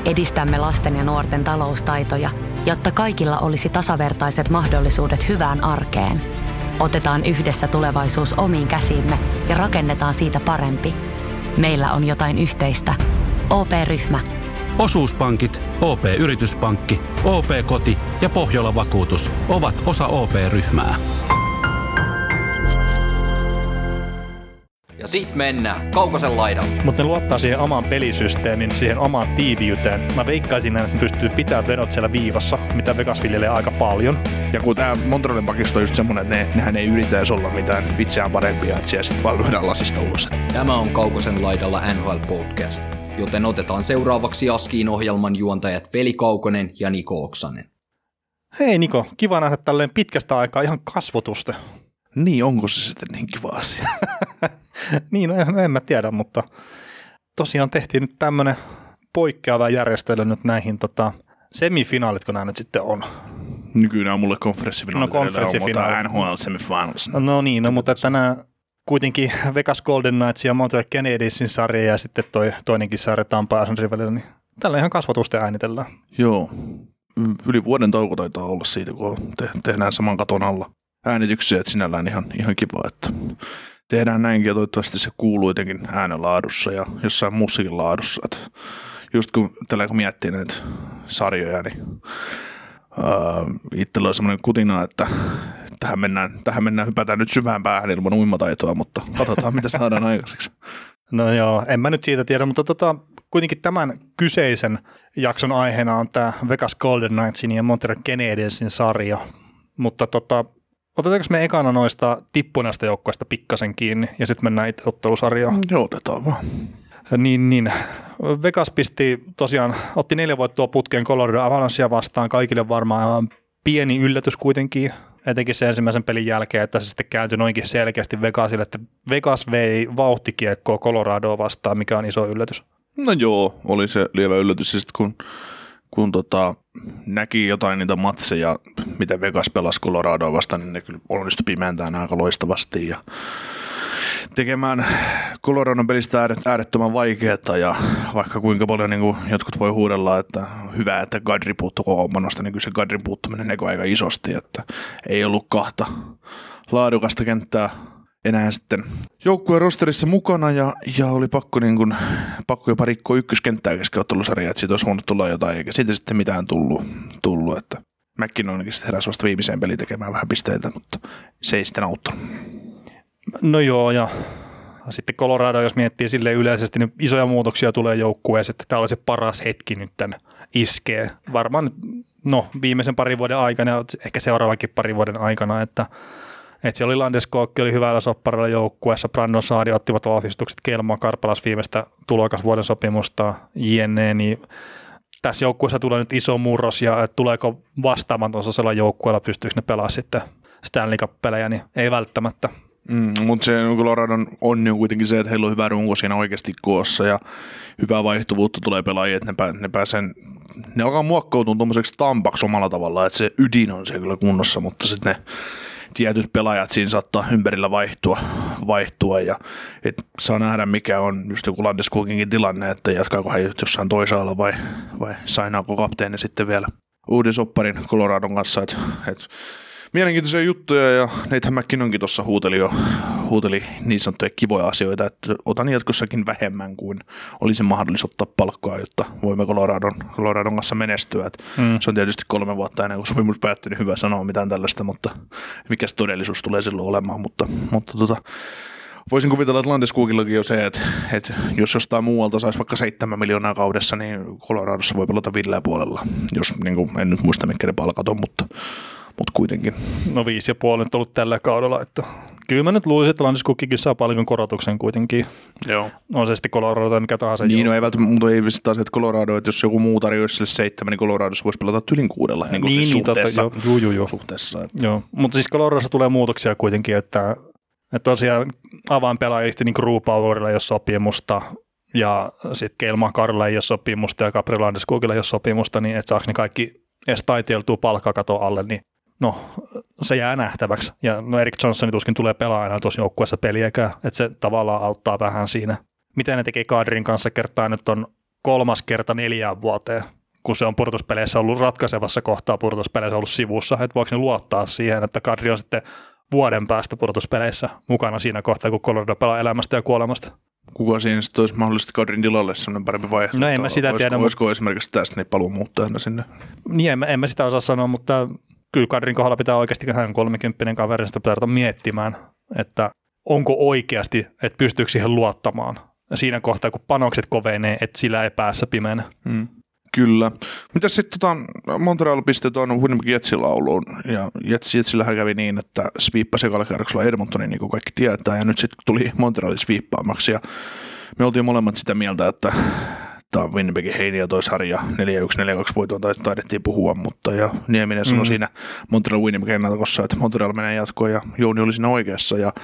Edistämme lasten ja nuorten taloustaitoja, jotta kaikilla olisi tasavertaiset mahdollisuudet hyvään arkeen. Otetaan yhdessä tulevaisuus omiin käsiimme ja rakennetaan siitä parempi. Meillä on jotain yhteistä. OP-ryhmä. Osuuspankit, OP-yrityspankki, OP-koti ja Pohjola-vakuutus ovat osa OP-ryhmää. Ja sit mennään Kaukosen laidalle. Mutta ne luottaa siihen omaan pelisysteemiin, siihen omaan tiiviyteen. Mä veikkaisin, että ne pystyy pitämään vedot siellä viivassa, mitä Vegas viljelee aika paljon. Ja kun tää Montrealin pakisto on just semmonen, että nehän ei yritä edes olla mitään itseään parempia, että siellä sit vaan lyödään lasista ulos. Tämä on Kaukosen laidalla NHL Podcast, joten otetaan seuraavaksi Askiin ohjelman juontajat Veli Kaukonen ja Niko Oksanen. Hei Niko, kiva nähdä tälleen pitkästä aikaa ihan kasvotusta. Niin, onko se sitten niin kiva asia? Niin, no en mä tiedä, mutta tosiaan tehtiin nyt tämmönen poikkeava järjestely nyt näihin semifinaalit, kun nämä nyt sitten on. Nykyään on mulle konferenssifinaalit. No konferenssifinaalit. NHL semifinals. No niin, mutta tänään kuitenkin Vegas Golden Knights ja Montreal Canadiensin sarja ja sitten toinenkin sarja Tampa Arsenalin välillä, niin tällä ihan kasvatusten äänitellään. Joo, yli vuoden tauko taitaa olla siitä, kun tehdään saman katon alla äänityksiä, että sinällään ihan kiva, että tehdään näinkin ja toivottavasti se kuuluu jotenkin äänenlaadussa ja jossain muussakin laadussa. Että just kun miettii näitä sarjoja, niin itsellä on semmoinen kutina, että tähän mennään, hypätään nyt syvään päähän ilman uimataitoa, mutta katsotaan mitä saadaan aikaiseksi. No joo, en mä nyt siitä tiedä, mutta kuitenkin tämän kyseisen jakson aiheena on tämä Vegas Golden Knightsin ja Montreal Canadiensin sarja, mutta otetaanko me ekana noista tippuneista joukkoista pikkasen kiinni ja sitten mennään itse ottelusarjaan? Joo, otetaan vaan. Niin. Vegas otti 4 voittoa putkeen Colorado Avalancea vastaan, kaikille varmaan pieni yllätys kuitenkin, etenkin sen ensimmäisen pelin jälkeen, että se sitten kääntyi noinkin selkeästi Vegasille, että Vegas vei vauhtikiekkoa Coloradoa vastaan, mikä on iso yllätys. No joo, oli se lievä yllätys, ja sitten kun näki jotain niitä matseja, mitä Vegas pelasi Coloradoa vastaan, niin ne kyllä onnistui pimentämään aika loistavasti ja tekemään Coloradon pelistä äärettömän vaikeaa ja vaikka kuinka paljon niin jotkut voi huudella, että hyvä, että Kadri puuttui kokoonpanosta, niin kyllä se Kadrin puuttuminen näkyi aika isosti, että ei ollut kahta laadukasta kenttää enää sitten joukkueen rosterissa mukana ja oli pakko jopa rikkoa ykköskenttää kesken ottelusarjaa, että siitä olisi voinut tulla jotain, eikä siitä sitten mitään tullut että McKinnonkin sitten heräsi vasta viimeiseen peliin tekemään vähän pisteitä, mutta se ei sitten auttanut. No joo, ja sitten Colorado, jos miettii silleen yleisesti, niin isoja muutoksia tulee joukkueeseen, että tämä oli se paras hetki nyt tämän iskee. Varmaan viimeisen parin vuoden aikana ja ehkä seuraavankin parin vuoden aikana, että siellä oli Landeskog, oli hyvällä sopparilla joukkueessa, Brandon Saadi ottivat vahvistukset, Kelmo Karpalas viimeistä tulokasvuoden sopimusta, jne, niin tässä joukkueessa tulee nyt iso murros ja tuleeko vastaavan tasoisella joukkueella, pystyykö ne pelaamaan sitten Stanley Cup-pelejä, niin ei välttämättä. Mutta se Coloradon onni on kuitenkin se, että heillä on hyvä runko siinä oikeasti koossa ja hyvää vaihtuvuutta tulee pelaajia, että ne alkaa muokkautua tuommoiseksi Tampaksi omalla tavallaan, että se ydin on se kyllä kunnossa, mutta sitten ne tietyt pelaajat siinä saattaa ympärillä vaihtua ja et saa nähdä mikä on just joku Landeskoginkin tilanne, että jatkaako hän jossain toisaalla vai sainaako kapteeni sitten vielä uuden sopparin Coloradon kanssa, että mielenkiintoisia juttuja ja Nathan McKinnonkin tuossa huuteli niin sanottuja kivoja asioita, että otan jatkossakin vähemmän kuin olisi mahdollista ottaa palkkaa, jotta voimme Coloradon kanssa menestyä. Se on tietysti 3 vuotta ennen kuin sopimus päättyi, niin hyvä sanoa mitään tällaista, mutta mikä todellisuus tulee silloin olemaan, mutta voisin kuvitella, että Landeskugillakin on se, että jos jostain muualta saisi vaikka 7 miljoonaa kaudessa, niin Coloradossa voi pelata villää puolella, jos en nyt muista mitkä ne palkat on, mutta kuitenkin. No 5,5 nyt ollut tällä kaudella, että kyllä mä nyt luulisin, että Landeskogkin saa paljon korotuksen kuitenkin. Joo. On se sitten Colorado tai mikä tahansa. Niin, ei välttämättä, mutta ei vissi taas, että Colorado, että jos joku muu tarjoaisi sille 7, niin Coloradossa voisi pelata tylin 6. Niin suhteessa. Joo. Suhteessa. Joo, mutta siis Coloradossa tulee muutoksia kuitenkin, että tosiaan avainpelaajista niin Drew Powerilla ei ole sopimusta ja sitten Kelma Karla ei ole sopimusta ja Gabriel Landeskogilla ei ole sopimusta, niin että saako ne kaikki edes taiteiltua palkkakaton alle, niin no, se jää nähtäväksi. Ja Erik Johnson tuskin tulee pelaamaan enää tuossa joukkueessa peliäkään, että se tavallaan auttaa vähän siinä. Miten ne tekee Kadrin kanssa kertaa nyt on 3. kerta 4 vuoteen, kun se on pudotuspeleissä ollut ratkaisevassa kohtaa pudotuspeleissä ollut sivussa, että voiko ne luottaa siihen, että Kadri on sitten vuoden päästä pudotuspeleissä mukana siinä kohtaa, kun Colorado pelaa elämästä ja kuolemasta. Kuka siinä sitten olisi mahdollisesti Kadrin tilalle sellainen parempi vaihtoehto? No en mä sitä tiedä. Olisiko esimerkiksi tästä niin paluu muuttaa sinne? Niin, en mä sitä osaa sanoa, mutta kyllä Kadrin kohdalla pitää oikeasti hän 30 kaverin sitä pitää miettimään, että onko oikeasti, että pystyykö siihen luottamaan siinä kohtaa, kun panokset kovenee, että sillä ei päässä pimeänä. Kyllä. Mitäs sitten Montreal pisti tuon Winnipeg Jetsin lauluun, ja Jetsillähän kävi niin, että sviippasi ekalla kierroksella Edmontonin, niin kuin kaikki tietää, ja nyt sitten tuli Montrealin sviippaamaksi, ja me oltiin molemmat sitä mieltä, että tämä on Winnipegin heini ja toi sarja 4-1, 4-2 voitoon taidettiin puhua, mutta ja Nieminen sanoi siinä Montreal Winnipeg ennakossa, että Montreal menee jatkoon, ja Jouni oli siinä oikeassa, ja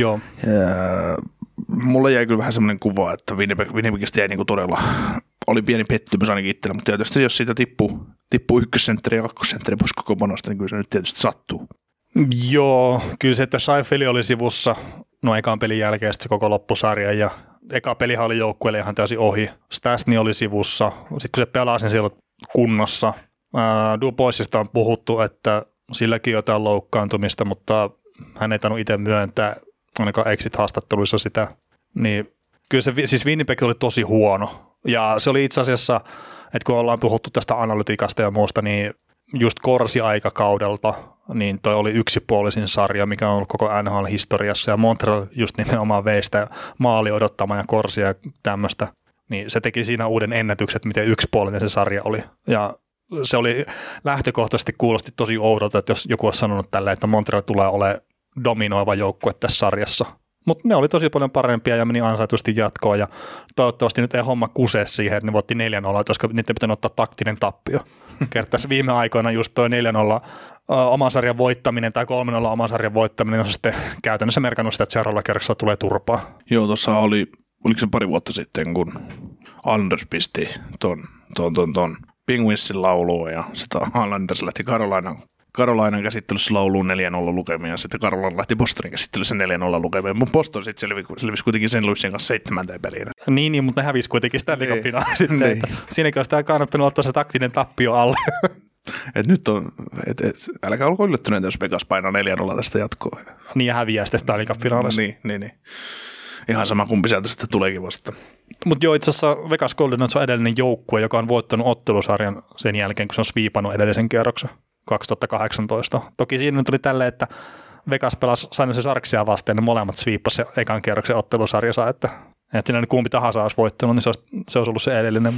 mulle jäi kyllä vähän semmoinen kuva, että Winnipegistä jäi niinku todella, oli pieni pettymys ainakin itsellä, mutta tietysti jos siitä tippuu ykkössentteri ja kakkosentteri pois koko panosta, niin kyllä se nyt tietysti sattuu. Joo, kyllä se, että Scheifele oli sivussa ekan pelin jälkeen se koko loppusarja, ja eka pelihan oli joukkueelle ihan täysin ohi. Stastny oli sivussa, sitten kun se pelasi, niin siellä kunnossa. Duboisista on puhuttu, että silläkin jotain loukkaantumista, mutta hän ei tainnut itse myöntää ainakaan exit-haastatteluissa sitä. Niin kyllä se, siis Winnipeg oli tosi huono. Ja se oli itse asiassa, että kun ollaan puhuttu tästä analytiikasta ja muusta, niin just Corsi-aikakaudelta, niin toi oli yksipuolisin sarja, mikä on ollut koko NHL-historiassa, ja Montreal just nimenomaan vei sitä maali odottamaan ja Corsia ja tämmöistä. Niin se teki siinä uuden ennätykset, miten yksipuolinen se sarja oli. Ja se oli lähtökohtaisesti kuulosti tosi oudolta, että jos joku olisi sanonut tällä, että Montreal tulee olemaan dominoiva joukkue tässä sarjassa. Mutta ne oli tosi paljon parempia ja meni ansaitusti jatkoon, ja toivottavasti nyt ei homma kuse siihen, että ne voitti 4-0, koska niiden pitää ottaa taktinen tappio. Kertaisi viime aikoina just toi 4-0 oman sarjan voittaminen tai 3-0 oman sarjan voittaminen on sitten käytännössä merkannut sitä, että seuraavalla kerroksella tulee turpaa. Joo, tuossa oliko se pari vuotta sitten, kun Anders pisti ton Penguinsin lauluun, ja sitä Anders lähti Carolinan käsittelyssä lauluun 4-0 lukemia, ja sitten Carolina lähti Bostonin käsittelyssä 4-0 lukemia. Mun Boston sitten selvisi kuitenkin sen Louisien kanssa 7. peliin. Niin, mutta ne hävisi kuitenkin sitä liigafinaalia sitten. Niin. Siinäkin olisi tämä kannattanut ottaa se taktinen tappio alle. Et nyt on, älkää olko yllättyneitä, jos Vegas painaa 4-0 tästä jatkoa. Niin, ja häviää sitten sitä liigafinaalissa. Niin. Ihan sama kumpi sieltä sitten tuleekin vasta. Mutta joo, itse asiassa Vegas Golden Knights on edellinen joukkue, joka on voittanut ottelusarjan sen jälkeen, kun se on sviipannut edellisen kierroksen 2018. Toki siinä nyt oli tälleen, että Vegas pelasi San Jose Sharksia vastaan, ne molemmat sviippasi se ekan kierroksen ottelusarjassa, että siinä kumpi tahansa olisi voittanut, niin se olisi ollut se edellinen.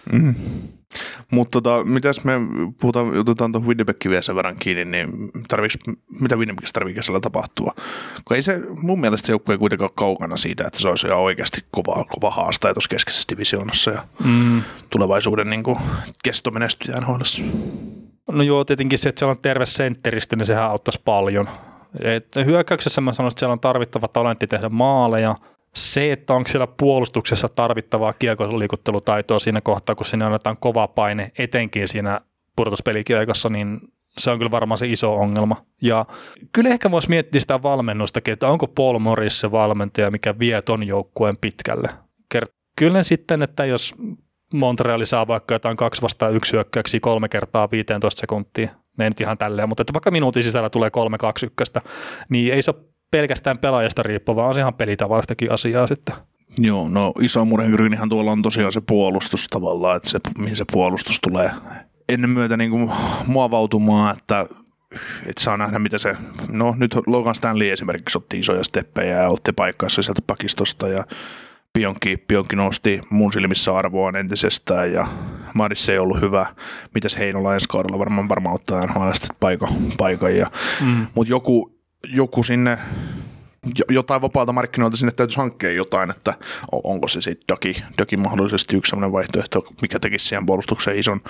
Mutta mitäs me otetaan tuon Winnipegin vielä sen verran kiinni, niin mitä Winnipegissä tarvii kesällä tapahtua? Kun ei se mun mielestä se joukkue ei kuitenkaan kaukana siitä, että se olisi ihan oikeasti kova haastaja tuossa keskeisessä divisioonassa ja tulevaisuuden niin kuin kestomenestyjä NHL:ssä. No joo, tietenkin se, että siellä on terve sentteristä, niin sehän auttaisi paljon. Hyökkäyksessä mä sanoisin, että siellä on tarvittava talentti tehdä maaleja. Se, että onko siellä puolustuksessa tarvittavaa kiekoliikuttelutaitoa siinä kohtaa, kun sinne annetaan kova paine, etenkin siinä pudotuspelikiekassa, niin se on kyllä varmaan se iso ongelma. Ja kyllä ehkä voisi miettiä sitä valmennustakin, että onko Paul Morris se valmentaja, mikä vie ton joukkueen pitkälle. Kyllä sitten, että jos Montreal saa vaikka jotain 2-1 hyökkäyksiä 3 kertaa 15 sekuntia, ne ei nyt ihan tälleen, mutta että vaikka minuutin sisällä tulee 3-2-1, niin ei se ole pelkästään pelaajasta riippuvaa, vaan on se ihan pelitavallistakin asiaa sitten. Joo, no iso murheenkryynihan tuolla on tosiaan se puolustus tavallaan, että se, mihin se puolustus tulee ennen myötä niin kuin muovautumaan, että saa nähdä mitä se, no nyt Logan Stanley esimerkiksi otti isoja steppejä ja otti paikkaansa sieltä pakistosta ja Pionki nosti mun silmissä arvoaan entisestään ja Maris ei ollut hyvä. Mitäs Heinola ensi kaudella varmaan ottaa NHL:stä paikan. Mutta joku sinne, jotain vapaalta markkinoilta sinne täytyisi hankkia jotain, että onko se sitten Daki mahdollisesti yksi sellainen vaihtoehto, mikä tekisi siihen puolustukseen ison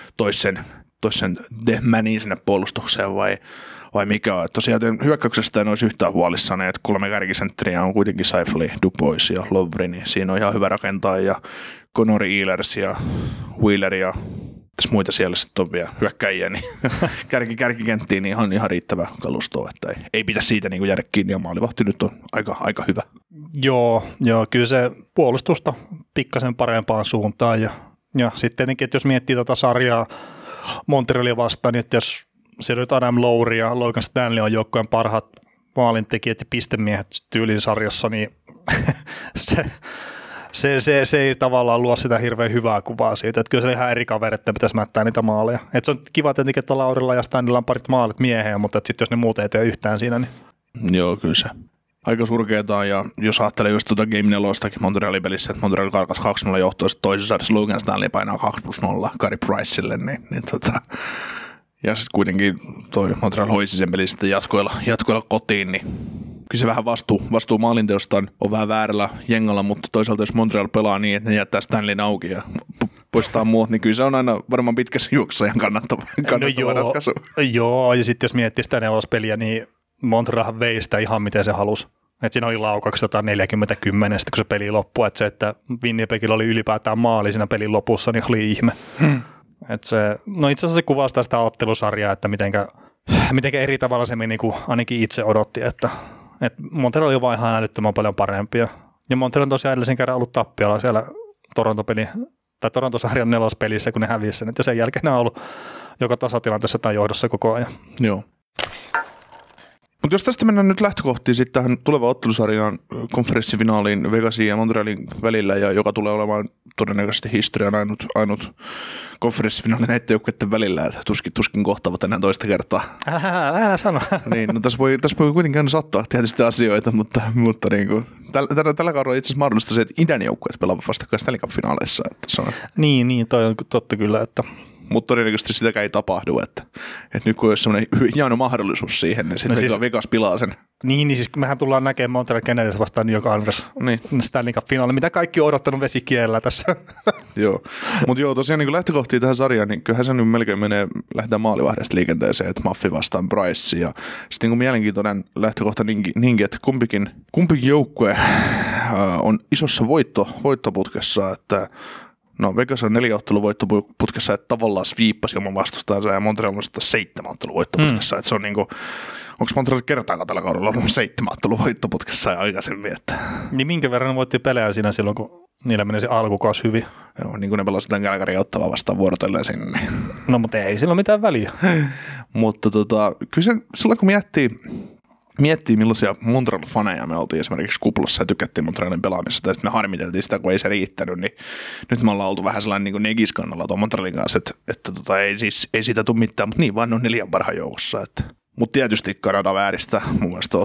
toisen dehmäniin sinne puolustukseen vai mikä on. Tosiaan hyökkäyksestä en olisi yhtään huolissaan, että 3 kärkisentteriä on kuitenkin Scheifele, Dubois ja Lovri, niin siinä on ihan hyvä rakentaa ja Connori Ehlers ja Wheeler ja muita siellä sitten on vielä hyökkäjiä, niin kärkikenttiin niin ihan riittävä kalusto, että ei pitäisi siitä niin kuin jäädä kiinni ja maalivahti nyt on aika hyvä. Joo, kyllä se puolustusta pikkasen parempaan suuntaan ja Ja sitten tietenkin, että jos miettii tuota sarjaa Montrealia vastaan, niin että jos siellä nyt Adam Lowry ja Logan Stanley on joukkojen parhaat maalintekijät ja pistemiehet tyylin sarjassa, niin se ei tavallaan luo sitä hirveän hyvää kuvaa siitä, että kyllä se on ihan eri kaveri, että pitäisi mättää niitä maaleja. Et se on kiva tietenkin, että Laurilla ja Stanleylla on parit maalit mieheen, mutta sitten jos ne muut ei tee yhtään siinä, niin... Joo, kyllä se. Aika surkeetaan, ja jos ajattelee just tuota Game 4:stäkin Montrealin pelissä, että Montreal karkas 2-0 johtoa, sitten toisessa sarjassa Logan Stanley painaa 2+0 Carey Pricelle, niin ja sitten kuitenkin toi Montreal hoisi sen pelin sitten jatkoilla kotiin, niin kyllä se vähän vastuu maalinteosta on vähän väärällä jengalla, mutta toisaalta jos Montreal pelaa niin, että ne jättää Stanleyn auki ja poistaa muut, niin kyllä se on aina varmaan pitkässä juoksussa ihan kannattava ratkaisu. Joo, ja sitten jos miettii sitä nelospeliä, niin Montreal vei sitä ihan miten se halusi. Et siinä oli laukaksi 140-10, kun se peli loppui. Et se, että Winnipegillä oli ylipäätään maali siinä pelin lopussa, niin oli ihme. Et se, no itse asiassa se kuvastaa sitä ottelusarjaa, että mitenkä eri tavalla se meni, kuin ainakin itse odotti. Että Montreal oli vaan ihan älyttömän paljon parempia. Ja Montreal on tosiaan edellisen kerran ollut tappiolla siellä Toronto-sarjan nelospelissä, kun ne hävisi sen. Et ja sen jälkeen ne on ollut joko tasatilanteessa tai johdossa koko ajan. Joo. Mutta jos tästä mennään nyt lähtökohtiin sitten tähän tulevaan ottelusarjaan konferenssifinaaliin Vegasin ja Montrealin välillä, ja joka tulee olemaan todennäköisesti historian ainut konferenssifinaali näiden joukkueiden välillä, että tuskin kohtaavat enää toista kertaa. Älä sano. Niin, no tässä voi kuitenkin aina sattua tietysti asioita, mutta niin kuin, tällä kaudella itse asiassa mahdollista se, että idän joukkueet pelaavat vastakkain Stanley Cup-finaaleissa. Niin, toi on totta kyllä, että... Mutta todennäköisesti sitäkään ei tapahdu, että nyt kun olisi sellainen hieno mahdollisuus siihen, niin sitten siis, Vegas pilaa sen. Niin siis mehän tullaan näkemään Montreal Canadiens vastaan joka Andres Stanley Cup-finaali, mitä kaikki on odottanut vesikielellä tässä. Joo, mutta joo, tosiaan niin lähtökohtiin tähän sarjaan, niin kyllähän se nyt melkein lähdetään maalivahdesta liikenteeseen, että Maffi vastaan Price, ja sitten niin mielenkiintoinen lähtökohta niinkin, että kumpikin joukkue on isossa voittoputkessa, että no Vegas on 4 ottelun voittoputkessa, että tavallaan sviippasi oman vastustajansa, ja Montreal on sitten 7 ottelun voittoputkessa, että se on niinku, onko Montreal kertaakaan tällä kaudella ollut 7 ottelun voittoputkessa ja aikaisemmin, että... Niin minkä verran ne voitti pelejä siinä silloin, kun niillä meni se alkukausi hyvin? Joo, niin kuin ne pelasivat tämän Calgaryn Ottavaa vastaan vuorotellen sinne. No, mutta ei sillä ole mitään väliä. Mutta kyllä se, silloin kun miettii millaisia Montreal-faneja me oltiin esimerkiksi kuplassa ja tykättiin Montrealin pelaamisesta, ja sitten me harmiteltiin sitä, kun ei se riittänyt, niin nyt me ollaan oltu vähän sellainen niin negiskannalla tuon Montrealin kanssa, että ei siitä tule mitään, mutta niin vaan on 4 parhaan joukossa. Mutta tietysti Kanada vääristä mun mielestä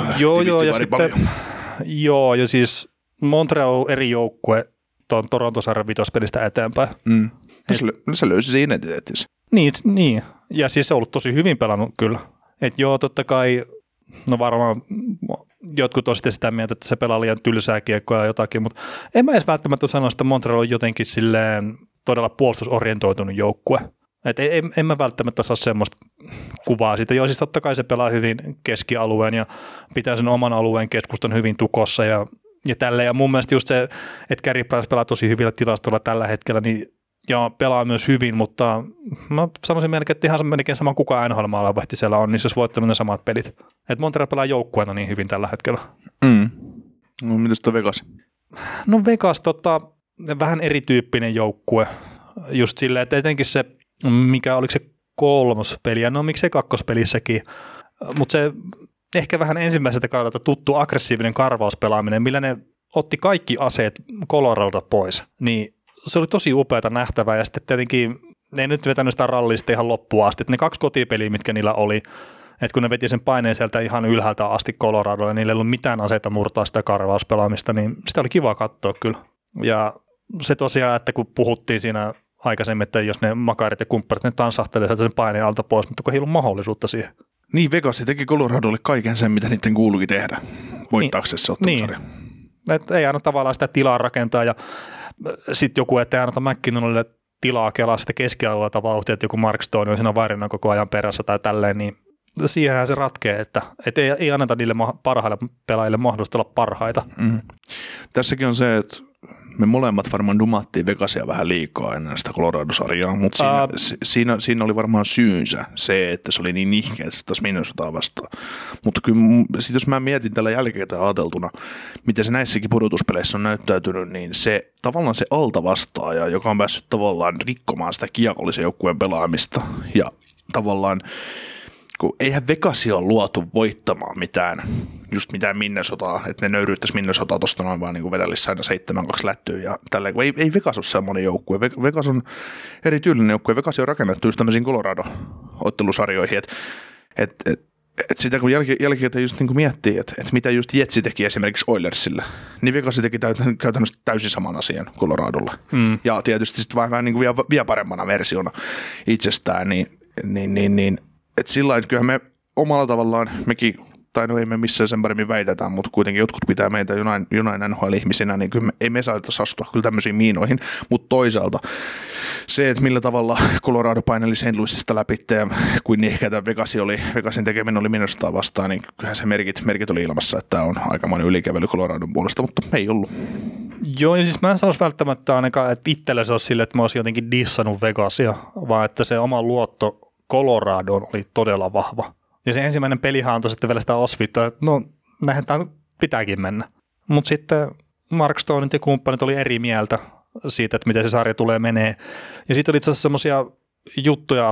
Joo, ja siis Montreal on eri joukkue tuon Toronto-sarjan vitospelistä eteenpäin. Se löysi se identiteettinsä. Niin, ja siis se on ollut tosi hyvin pelannut kyllä. Että joo, totta kai, no varmaan jotkut on sitten sitä mieltä, että se pelaa liian tylsää kiekkoa ja jotakin, mutta en mä edes välttämättä sano, että Montreal on jotenkin silleen todella puolustusorientoitunut joukkue. Että en mä välttämättä saa semmoista kuvaa siitä. Joo, siis totta kai se pelaa hyvin keskialueen ja pitää sen oman alueen keskustan hyvin tukossa ja tälleen. Ja mun mielestä just se, että Carey Price pelaa tosi hyvillä tilastoilla tällä hetkellä, niin ja pelaa myös hyvin, mutta mä sanoisin melkein, että ihan melkein sama kuka NHL-maalivahti siellä on, niin se olisi voittanut ne samat pelit. Että Montreal pelaa joukkueena niin hyvin tällä hetkellä. No mitäs tuo Vegas? No Vegas vähän erityyppinen joukkue. Just silleen, että etenkin se, mikä oliko se 3. peliä, no miksei 2. pelissäkin, mutta se ehkä vähän ensimmäiseltä kaudelta tuttu aggressiivinen karvauspelaaminen, millä ne otti kaikki aseet Coloradolta pois, niin se oli tosi upeata nähtävää, ja sitten tietenkin ne ei nyt vetänyt sitä rallista ihan loppuun asti, että ne 2 kotipeliä, mitkä niillä oli, että kun ne veti sen paineen sieltä ihan ylhäältä asti Coloradolle, ja niillä ei ollut mitään aseita murtaa sitä karvauspelaamista, niin sitä oli kiva katsoa kyllä. Ja se tosiaan, että kun puhuttiin siinä aikaisemmin, että jos ne makarit ja kumpparit, ne tanssahtelee sieltä sen paineen alta pois, mutta kun ei ollut mahdollisuutta siihen. Niin, Vegas teki Coloradolle kaiken sen, mitä niiden kuuluikin tehdä, voittaakseen se ottelusarja. Niin, että ei aina tavallaan sitä tilaa rakentaa, ja sitten joku, ettei anneta McKinnonille tilaa kelaa sitä keskialueelta vauhtia, että joku Mark Stone on siinä varina koko ajan perässä tai tälleen, niin siihenhän se ratkee, että ei anneta niille parhaille pelaajille mahdollista olla parhaita. Tässäkin on se, että me molemmat varmaan dumattiin Vegasia vähän liikaa ennen sitä Colorado-sarjaa, mutta siinä oli varmaan syynsä se, että se oli niin nihkeä, että se taas Minnesotaa vastaan. Mutta kyllä sit jos mä mietin tällä jälkeen ajateltuna, miten se näissäkin pudotuspeleissä on näyttäytynyt, niin se tavallaan se altavastaaja, joka on päässyt tavallaan rikkomaan sitä kiekollisen joukkueen pelaamista ja tavallaan kun eihän Vegasia ole luotu voittamaan mitään Minnesotaa, että ne nöyryyttäisi Minnesotaa tuosta noin vaan niin vetelisi aina 7-2 lättyä ja tälleen, kun ei Vegas ole semmoinen joukkue. Vegas on erityylinen joukkue. Vegas on rakennettu just tämmöisiin Colorado-ottelusarjoihin, että sitä kun jälkikäteen just niin kuin miettii, että mitä just Jetsi teki esimerkiksi Oilersille, niin Vegas teki käytännössä täysin saman asian Coloradolle. Ja tietysti sitten vähän niin kuin vielä paremmana versiona itsestään, niin että sillä lailla, kyllähän me omalla tavallaan, mekin, tai no ei me missään sen paremmin väitetään, mutta kuitenkin jotkut pitää meitä jonain NHL-ihmisinä, niin kyllä ei me saataisi astua kyllä tämmöisiin miinoihin, mutta toisaalta se, että millä tavalla Colorado paineli St. Louisista läpi, kuin nihkeätä Vegasin tekeminen oli Minnesotaa vastaan, niin kyllähän se merkit oli ilmassa, että tämä on aikamoinen ylikävely Coloradon puolesta, mutta ei ollut. Joo, ja siis mä en sanoisi välttämättä ainakaan, että itsellä se olisi sille, että mä olisin jotenkin dissannut Vegasia, vaan että se oma luotto Coloradoon oli todella vahva. Ja se ensimmäinen pelihan antoi sitten vielä sitä osviittaa, että no näinhän tämä pitääkin mennä. Mutta sitten Mark Stoneit ja kumppanit oli eri mieltä siitä, että miten se sarja tulee menee. Ja sitten oli itse asiassa semmoisia juttuja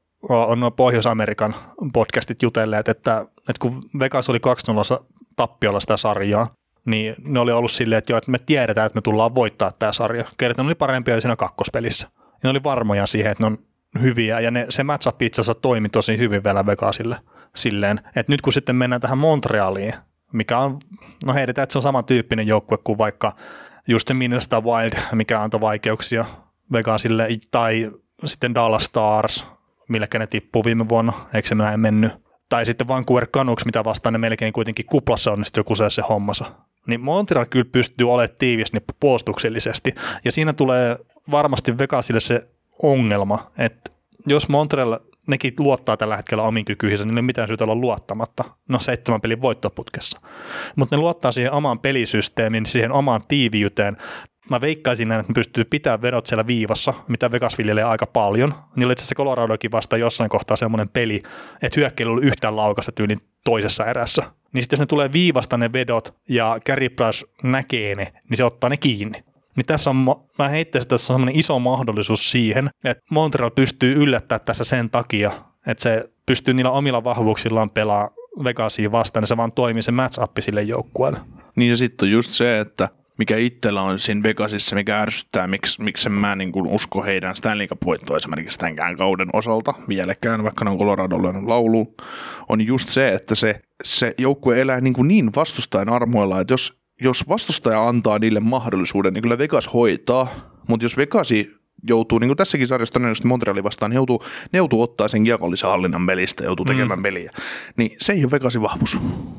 on nuo Pohjois-Amerikan podcastit jutelleet, että kun Vegas oli 2-0 tappiolla sitä sarjaa, niin ne oli ollut silleen, että, että me tiedetään, että me tullaan voittaa tämä sarja. Kertaan oli parempia siinä kakkospelissä. Ja ne oli varmoja siihen, että ne on hyviä, ja se matchup itse asiassa toimi tosi hyvin vielä Vegasille silleen, että nyt kun sitten mennään tähän Montrealiin, mikä on, no heitetään, että se on samantyyppinen joukkue kuin vaikka just se Minnesota Wild, mikä antoi vaikeuksia Vegasille, tai sitten Dallas Stars, millekä ne tippuu viime vuonna, eikö se näin mennyt, tai sitten Vancouver Canucks, mitä vastaan ne melkein kuitenkin kuplassa onnistui kusee se hommansa. Niin Montreal kyllä pystyy olemaan tiivis nippu puolustuksellisesti, ja siinä tulee varmasti Vegasille se ongelma, että jos Montreal nekin luottaa tällä hetkellä omiin kykyihinsä, niin ei ole mitään syytä olla luottamatta. No 7 pelin voittoputkessa. Mutta ne luottaa siihen omaan pelisysteemiin, siihen omaan tiiviyteen. Mä veikkaisin näin, että ne pystyy pitämään vedot siellä viivassa, mitä Vegas viljelee aika paljon. Niin oli itse asiassa Coloradokin vasta jossain kohtaa semmoinen peli, että hyökkäillä oli yhtään laukasta tyylin toisessa erässä. Niin sitten jos ne tulee viivasta ne vedot ja Carey Price näkee ne, niin se ottaa ne kiinni. Niin tässä on, mä heittäisin, että tässä on semmoinen iso mahdollisuus siihen, että Montreal pystyy yllättämään tässä sen takia, että se pystyy niillä omilla vahvuuksillaan pelaa Vegasiin vastaan, ja se vaan toimii se match-up sille joukkueelle. Niin ja sitten on just se, että mikä itsellä on siinä Vegasissa, mikä ärsyttää, miksi mä niin kuin usko heidän Stanley Cup-voittoa esimerkiksi tämänkään kauden osalta vieläkään, vaikka ne on Coloradolle lauluun, on just se, että se joukkue elää niin vastustajan armoilla, että jos vastustaja antaa niille mahdollisuuden, niin kyllä Vegas hoitaa, mutta jos Vegasi joutuu, niin kuin tässäkin sarjassa todennäköisesti Montrealin vastaan, ne joutuu ottaa sen kiekollisen hallinnan pelistä, joutuu tekemään peliä, niin se ei ole Vegasin vahvuus.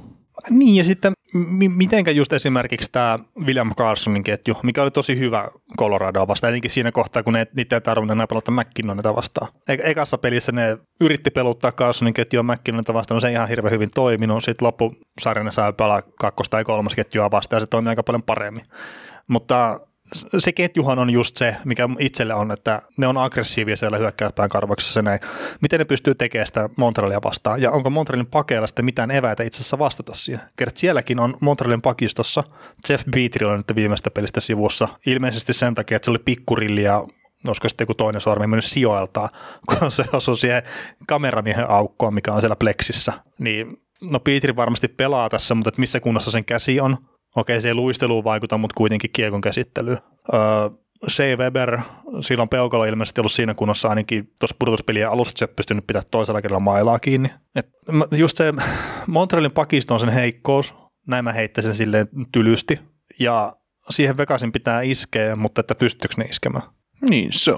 Niin, ja sitten mitenkä just esimerkiksi tämä William Carlsonin ketju, mikä oli tosi hyvä Coloradoa vastaan, etenkin siinä kohtaa, kun niitä ei tarvinnut enää pelata McKinnonita vastaan. Ekassa pelissä ne yritti peluttaa Carlsonin ketjua McKinnonita vastaan, no se ei ihan hirveän hyvin toiminut, sitten loppusarjana saa pelaa 2. tai 3. ketjua vastaan, ja se toimii aika paljon paremmin. Mutta se ketjuhan on just se, mikä itselle on, että ne on aggressiivisia siellä hyökkäyspään karvauksessa näin. Miten ne pystyy tekemään sitä Montrealia vastaan? Ja onko Montrealin pakeilla sitten mitään eväitä itse asiassa vastata siihen? Kerran sielläkin on Montrealin pakistossa. Jeff Beatry oli nyt viimeistä pelistä sivussa. Ilmeisesti sen takia, että se oli pikkurilli ja olisiko sitten joku toinen sormi mennyt sijoiltaan, kun se osui siihen kameramiehen aukkoon, mikä on siellä pleksissä. Niin, no Beatry varmasti pelaa tässä, mutta missä kunnossa sen käsi on? Okei, se ei luisteluun vaikuta, mutta kuitenkin kiekon käsittelyyn. Shea Weber, silloin peukalo ilmeisesti ollut siinä kunnossa ainakin tuossa pudotuspelien alussa, että se ei pystynyt pitämään toisella kerralla mailaa kiinni. Et just se Montrealin pakisto on sen heikkous, näin mä heittäisin silleen tylysti, ja siihen Vegasin pitää iskeä, mutta että pystyykö ne iskemään? Niin, se on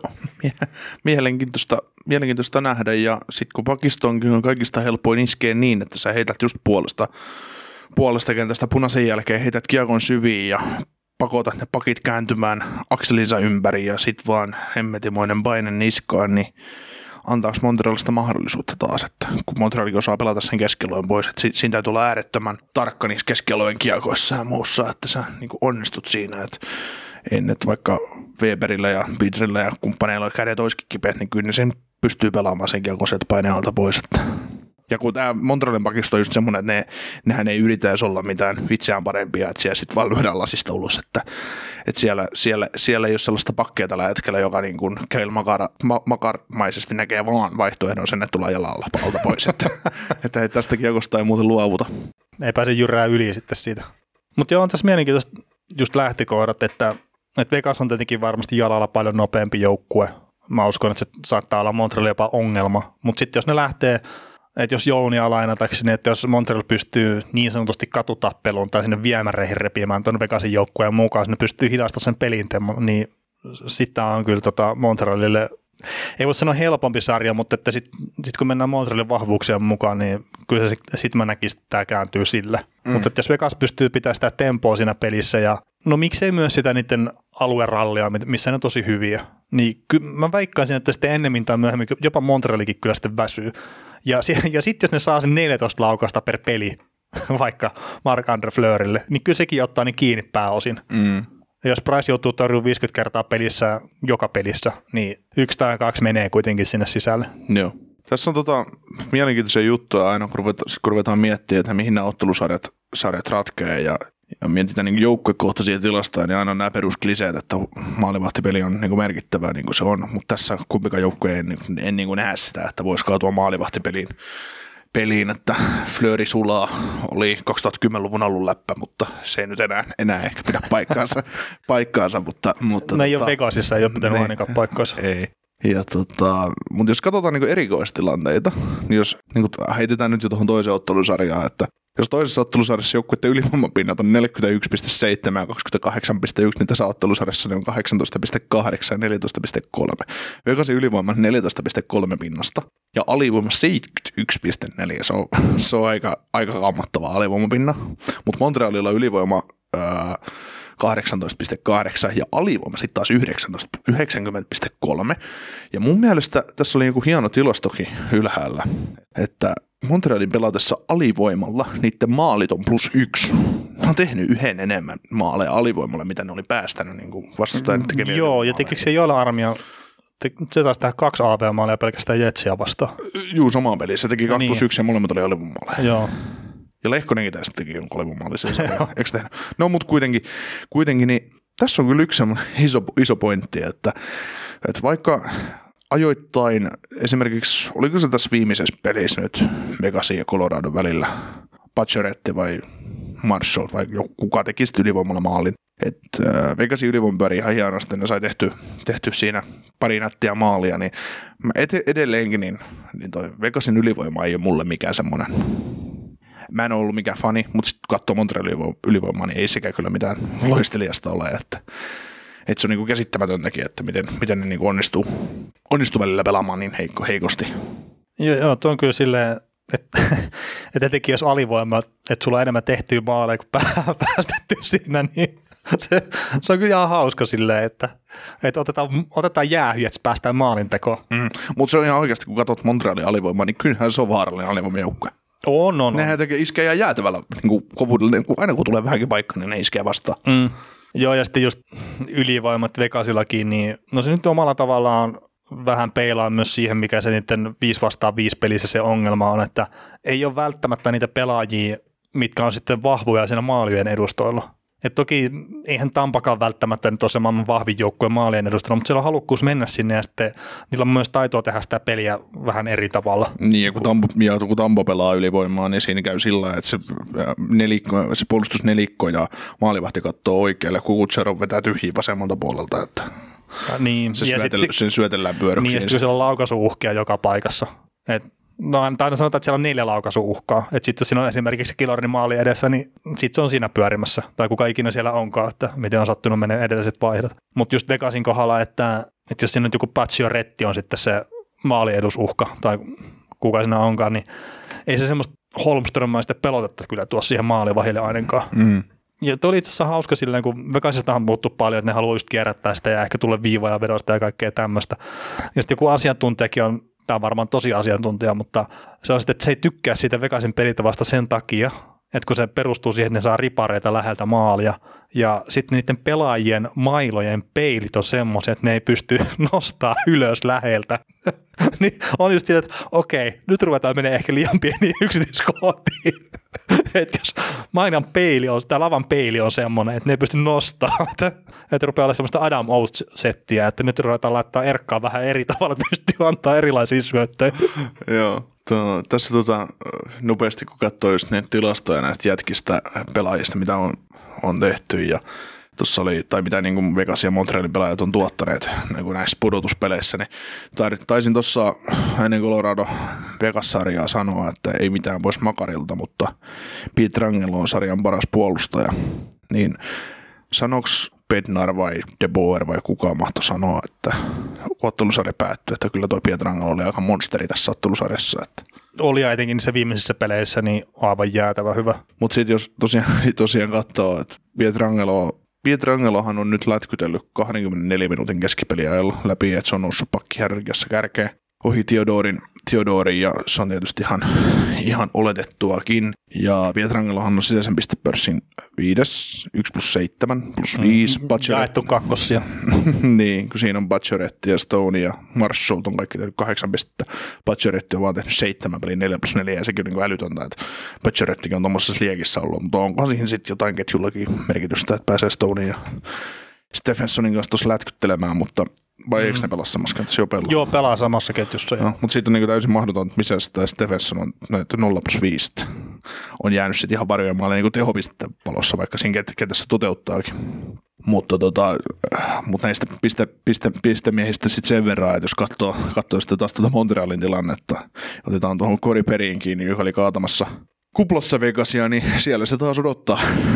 mielenkiintoista nähdä, ja sitten kun pakisto on kaikista helpoin iskeä niin, että sä heität just puolesta kentästä punaisen jälkeen, heität kiekon syviin ja pakotat ne pakit kääntymään akselinsa ympäri ja sit vaan hemmetimoinen paine niskaan, niin antaako Montrealista mahdollisuutta taas, että kun Montrealkin osaa pelata sen keskialojen pois, että siinä täytyy olla äärettömän tarkka niissä keskialojen kiekoissa ja muussa, että sä niin onnistut siinä, että että vaikka Weberillä ja Bidrillä ja kumppaneilla kädet olisikin kipeät, niin kyllä ne sen pystyy pelaamaan sen kiekon sieltä paineen alta pois. Ja kun tämä Montrealin pakisto on just semmoinen, että nehän ei yritä edes olla mitään itseään parempia, että siellä sitten vaan lyödään lasista ulos, että siellä ei ole sellaista pakkia tällä hetkellä, joka niin kuin Kyle Makarmaisesti näkee vaan vaihtoehdon sen, että tullaan jalalla alta pois, että ei tästä kiekosta ei muuten luovuta. Ei pääse jyrää yli sitten siitä. Mutta joo, on tässä mielenkiintoista just lähtökohdat, että Vegas on tietenkin varmasti jalalla paljon nopeampi joukkue. Mä uskon, että se saattaa olla Montrealin jopa ongelma, mutta sitten jos ne lähtee, että jos Jounia lainatakseni, että jos Montreal pystyy niin sanotusti katutappeluun tai sinne viemäreihin repimään tuon Vegasin joukkueen mukaan, ne pystyy hidastamaan sen pelin, niin sitten on kyllä Montrealille, ei voi sanoa helpompi sarja, mutta että sit kun mennään Montrealin vahvuuksien mukaan, niin kyllä sitten mä näkisin, että tämä kääntyy sille. Mutta jos Vegas pystyy pitämään sitä tempoa siinä pelissä ja no miksei myös sitä niiden aluerallia, missä ne on tosi hyviä, niin mä väikkaisin, että sitten ennemmin tai myöhemmin jopa Montrealikin kyllä sitten väsyy. Ja sitten jos ne saa sen 14 laukasta per peli, vaikka Marc-Andre Fleurille, niin kyllä sekin ottaa niin kiinni pääosin. Ja jos Price joutuu torjumaan 50 kertaa pelissä, joka pelissä, niin 1 tai 2 menee kuitenkin sinne sisälle. Joo. Tässä on mielenkiintoisia juttuja aina, kun ruvetaan miettimään, että mihin nämä ottelusarjat ratkeaa ja mietitään niin joukkuekohtaisia tilastoja, niin aina on nämä peruskliseet, että maalivahtipeli on niin merkittävää niin kuin se on, mutta tässä kumpikaan joukkue en niin kuin näe sitä, että voisi kaatua maalivahtipeliin, että Fleury sulaa oli 2010-luvun alun läppä, mutta se ei nyt enää ehkä pidä paikkaansa mutta no ei ole Vegasissa, ei ole pitänyt ainakaan paikkaansa. Ei. Ja mutta jos katsotaan niin erikoistilanteita, niin jos niin heitetään nyt jo tuohon toiseen ottelusarjaan, että jos toisessa ottelusarjassa joukkueiden ylivoimapinnat on 41,7 ja 28,1, niin tässä ottelusarjassa ne on 18,8 ja 14,3. Vegasin ylivoima 14,3 pinnasta ja alivoima 71,4. Se on aika kammottava alivoimapinna, mutta Montrealilla on ylivoima 18,8 ja alivoima sitten taas 90,3. Ja mun mielestä tässä oli joku hieno tilastokin ylhäällä, että Montrealin pelatessa alivoimalla niiden maalit on +1. Ne on tehnyt yhden enemmän maaleja alivoimalla, mitä ne oli päästänyt niin vastustajan tekemiä. Joo, ja tekikö se joilla armia? Se taisi tehdä 2 AP-maalia pelkästään Jetsiä vastaan. Juu, samaan peliin. Se teki 2+1 ja molemmat oli alivoimaaleja. Joo. Ja Lehkonenkin tästä teki jonkun alivoimaalisia. Eikö tehnyt? No, mutta kuitenkin niin tässä on kyllä yksi iso pointti, että vaikka ajoittain, esimerkiksi, oliko se tässä viimeisessä pelissä nyt Vegasin ja Coloradon välillä, Pacioretty vai Marshall vai kuka teki sitten ylivoimalla maalin. Että Vegasin ylivoima pyörii ihan hienosti, ne sai tehty siinä pari nättiä maalia, niin mä edelleenkin niin toi Vegasin ylivoima ei ole mulle mikään semmoinen. Mä en ole ollut mikään fani, mutta sitten kun katsoo Montrealin ylivoimaa, niin ei sekä kyllä mitään loistelijasta ole, että se on niinku käsittämätöntäkin, että miten ne niinku onnistuu välillä pelaamaan niin heikosti. Joo, tuo on kyllä silleen, että etenkin jos alivoima, että sulla on enemmän tehtyä maaleja kuin päästetty siinä, niin se on kyllä ihan hauska silleen, että otetaan jäähy, että päästään maalintekoon. Mutta se on ihan oikeasti, kun katsot Montrealin alivoimaa, niin kyllähän se on vaarallinen alivoimajoukkue. On. Nehän iskee ihan jäätävällä niin kovuudella, aina kun tulee vähänkin paikka, niin ne iskee vastaan. Joo, ja sitten just ylivoimat Vegasillakin, niin no se nyt omalla tavallaan vähän peilaa myös siihen, mikä se niiden 5-5 pelissä se ongelma on, että ei ole välttämättä niitä pelaajia, mitkä on sitten vahvoja siinä maalien edustoilla. Et toki eihän Tampakaan välttämättä nyt ole se maailman vahvin joukkue maalien edustalla, mutta siellä on halukkuus mennä sinne ja sitten niillä on myös taitoa tehdä sitä peliä vähän eri tavalla. Niin, ja kun Tampa pelaa ylivoimaa, niin siinä käy sillä tavalla, että se puolustusnelikko ja maalivahti katsoo oikealle, kun Kutserov vetää tyhjiä vasemmalta puolelta, että niin, sen syötellään pyöröksiin. Niin, ja sitten siellä on laukaisuuhkia joka paikassa. No aina sanotaan, että siellä on 4 laukaisuuhkaa. Että sitten jos siinä on esimerkiksi Kilorin maali edessä, niin sitten se on siinä pyörimässä. Tai kuka ikinä siellä onkaan, että miten on sattunut menee edelliset vaihdot. Mutta just Vegasin kohdalla, että jos siinä nyt joku Pacioretty on sitten se maaliedusuhka, tai kuka siinä onkaan, niin ei se semmoista Holmströmmäistä pelotetta kyllä tuo siihen maalivahille ainakaan. Ja toi oli itse asiassa hauska silleen, kun Vegasistahan on puhuttu paljon, että ne haluaa just kierrättää sitä ja ehkä tulla viivoja vedosta ja kaikkea tämmöistä. Ja sitten joku asiantuntijakin on, tämä on varmaan tosi asiantuntija, mutta se on sitten, että se ei tykkää siitä Vegasin pelitavasta sen takia, että kun se perustuu siihen, että ne saa ripareita läheltä maalia ja sitten niiden pelaajien mailojen peilit on semmoiset, että ne ei pysty nostaa ylös läheltä. Niin on just sillä, että okei, nyt ruvetaan menemään ehkä liian pieniin yksityiskohtiin. Että jos mainan peili on, tämä lavan peili on semmoinen, että ne ei pysty nostamaan, että rupeaa olla semmoista Adam Oates-settiä, että nyt ruvetaan laittaa erkkaa vähän eri tavalla, että pystyy antaa erilaisia syöttöjä. Joo, tässä nopeasti kun katsoo just niitä tilastoja näistä jätkistä pelaajista, mitä on tehty ja tuossa oli, tai mitä niin kuin Vegas ja Montrealin pelaajat on tuottaneet niin kuin näissä pudotuspeleissä, niin taisin tuossa ennen Colorado Vegas-sarjaa sanoa, että ei mitään pois Makarilta, mutta Pietrangelo on sarjan paras puolustaja. Niin sanoks Bednar vai De Boer vai kuka mahtoi sanoa, että ottelusarja päättyi, että kyllä tuo Pietrangelo oli aika monsteri tässä ottelusarjassa. Että. Oli ja etenkin niissä viimeisissä peleissä niin aivan jäätävä hyvä. Mutta sitten jos tosiaan katsoo, että Pietrangelohan on nyt lätkytellyt 24 minuutin keskipeliajalla läpi, että se on noussut pakkihierarkiassa kärkeen ohi Theodorin ja se on tietysti ihan oletettuakin. Ja Pietrangelohan on sisäisen pistepörssin 5, 1+7+5. Jaettu kakkosia. Niin, kun siinä on Bacioretti ja Stone ja Marshall on kaikki tehnyt 8 pistettä. Bacioretti on vaan tehnyt 7 peliä 4+4 ja sekin on niin kuin älytöntä, että Baciorettikin on tuommoisessa liekissä ollut. Mutta onkohan siihen sitten jotain ketjullakin merkitystä, että pääsee Stone ja Stephensonin kanssa tuossa lätkyttelemään, mutta vai eikö ne pelaa samassa ketjussa jo pelaa? Joo, pelaa samassa ketjussa. No, mutta siitä on niin täysin mahdoton, että missä sitä Stephenson on 0+5. On jäänyt sitten ihan varjoimalle niin tehopistettä valossa, vaikka siinä ketä se toteuttaakin. Mutta näistä pistemiehistä sitten sen verran, että jos katsoo sitten taas Montrealin tilannetta, otetaan tuohon Corey Perryin kiinni, joka oli kaatamassa kuplassa Vegasia, niin siellä se taas odottaa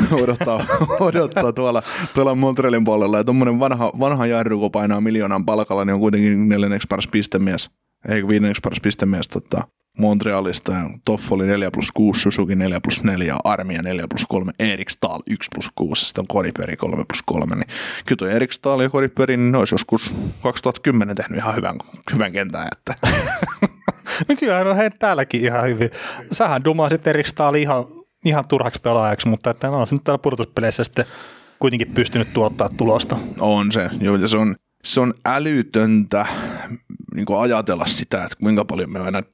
tuolla Montrealin puolella. Ja tuommoinen vanha jarru, kun painaa 1 miljoonan palkalla, niin on kuitenkin 4. paras pistemies, eikö 5. paras pistemies Montrealista. Ja Toffoli 4+6, Suzuki 4+4, Armia 4+3, Erik Stahl 1+6, sitten on Corey Perry 3+3. Niin kyllä tuo Erik Stahl ja Corey Perry, niin ne olisi joskus 2010 tehnyt ihan hyvän kentän. Että. No kyllähän on täälläkin ihan hyvin. Sähän dumasit Erik Stahlin ihan turhaksi pelaajaksi, mutta että on se nyt täällä pudotuspeleissä sitten kuitenkin pystynyt tuottaa tulosta. On se, joo, ja se on älytöntä niin kuin ajatella sitä, että kuinka paljon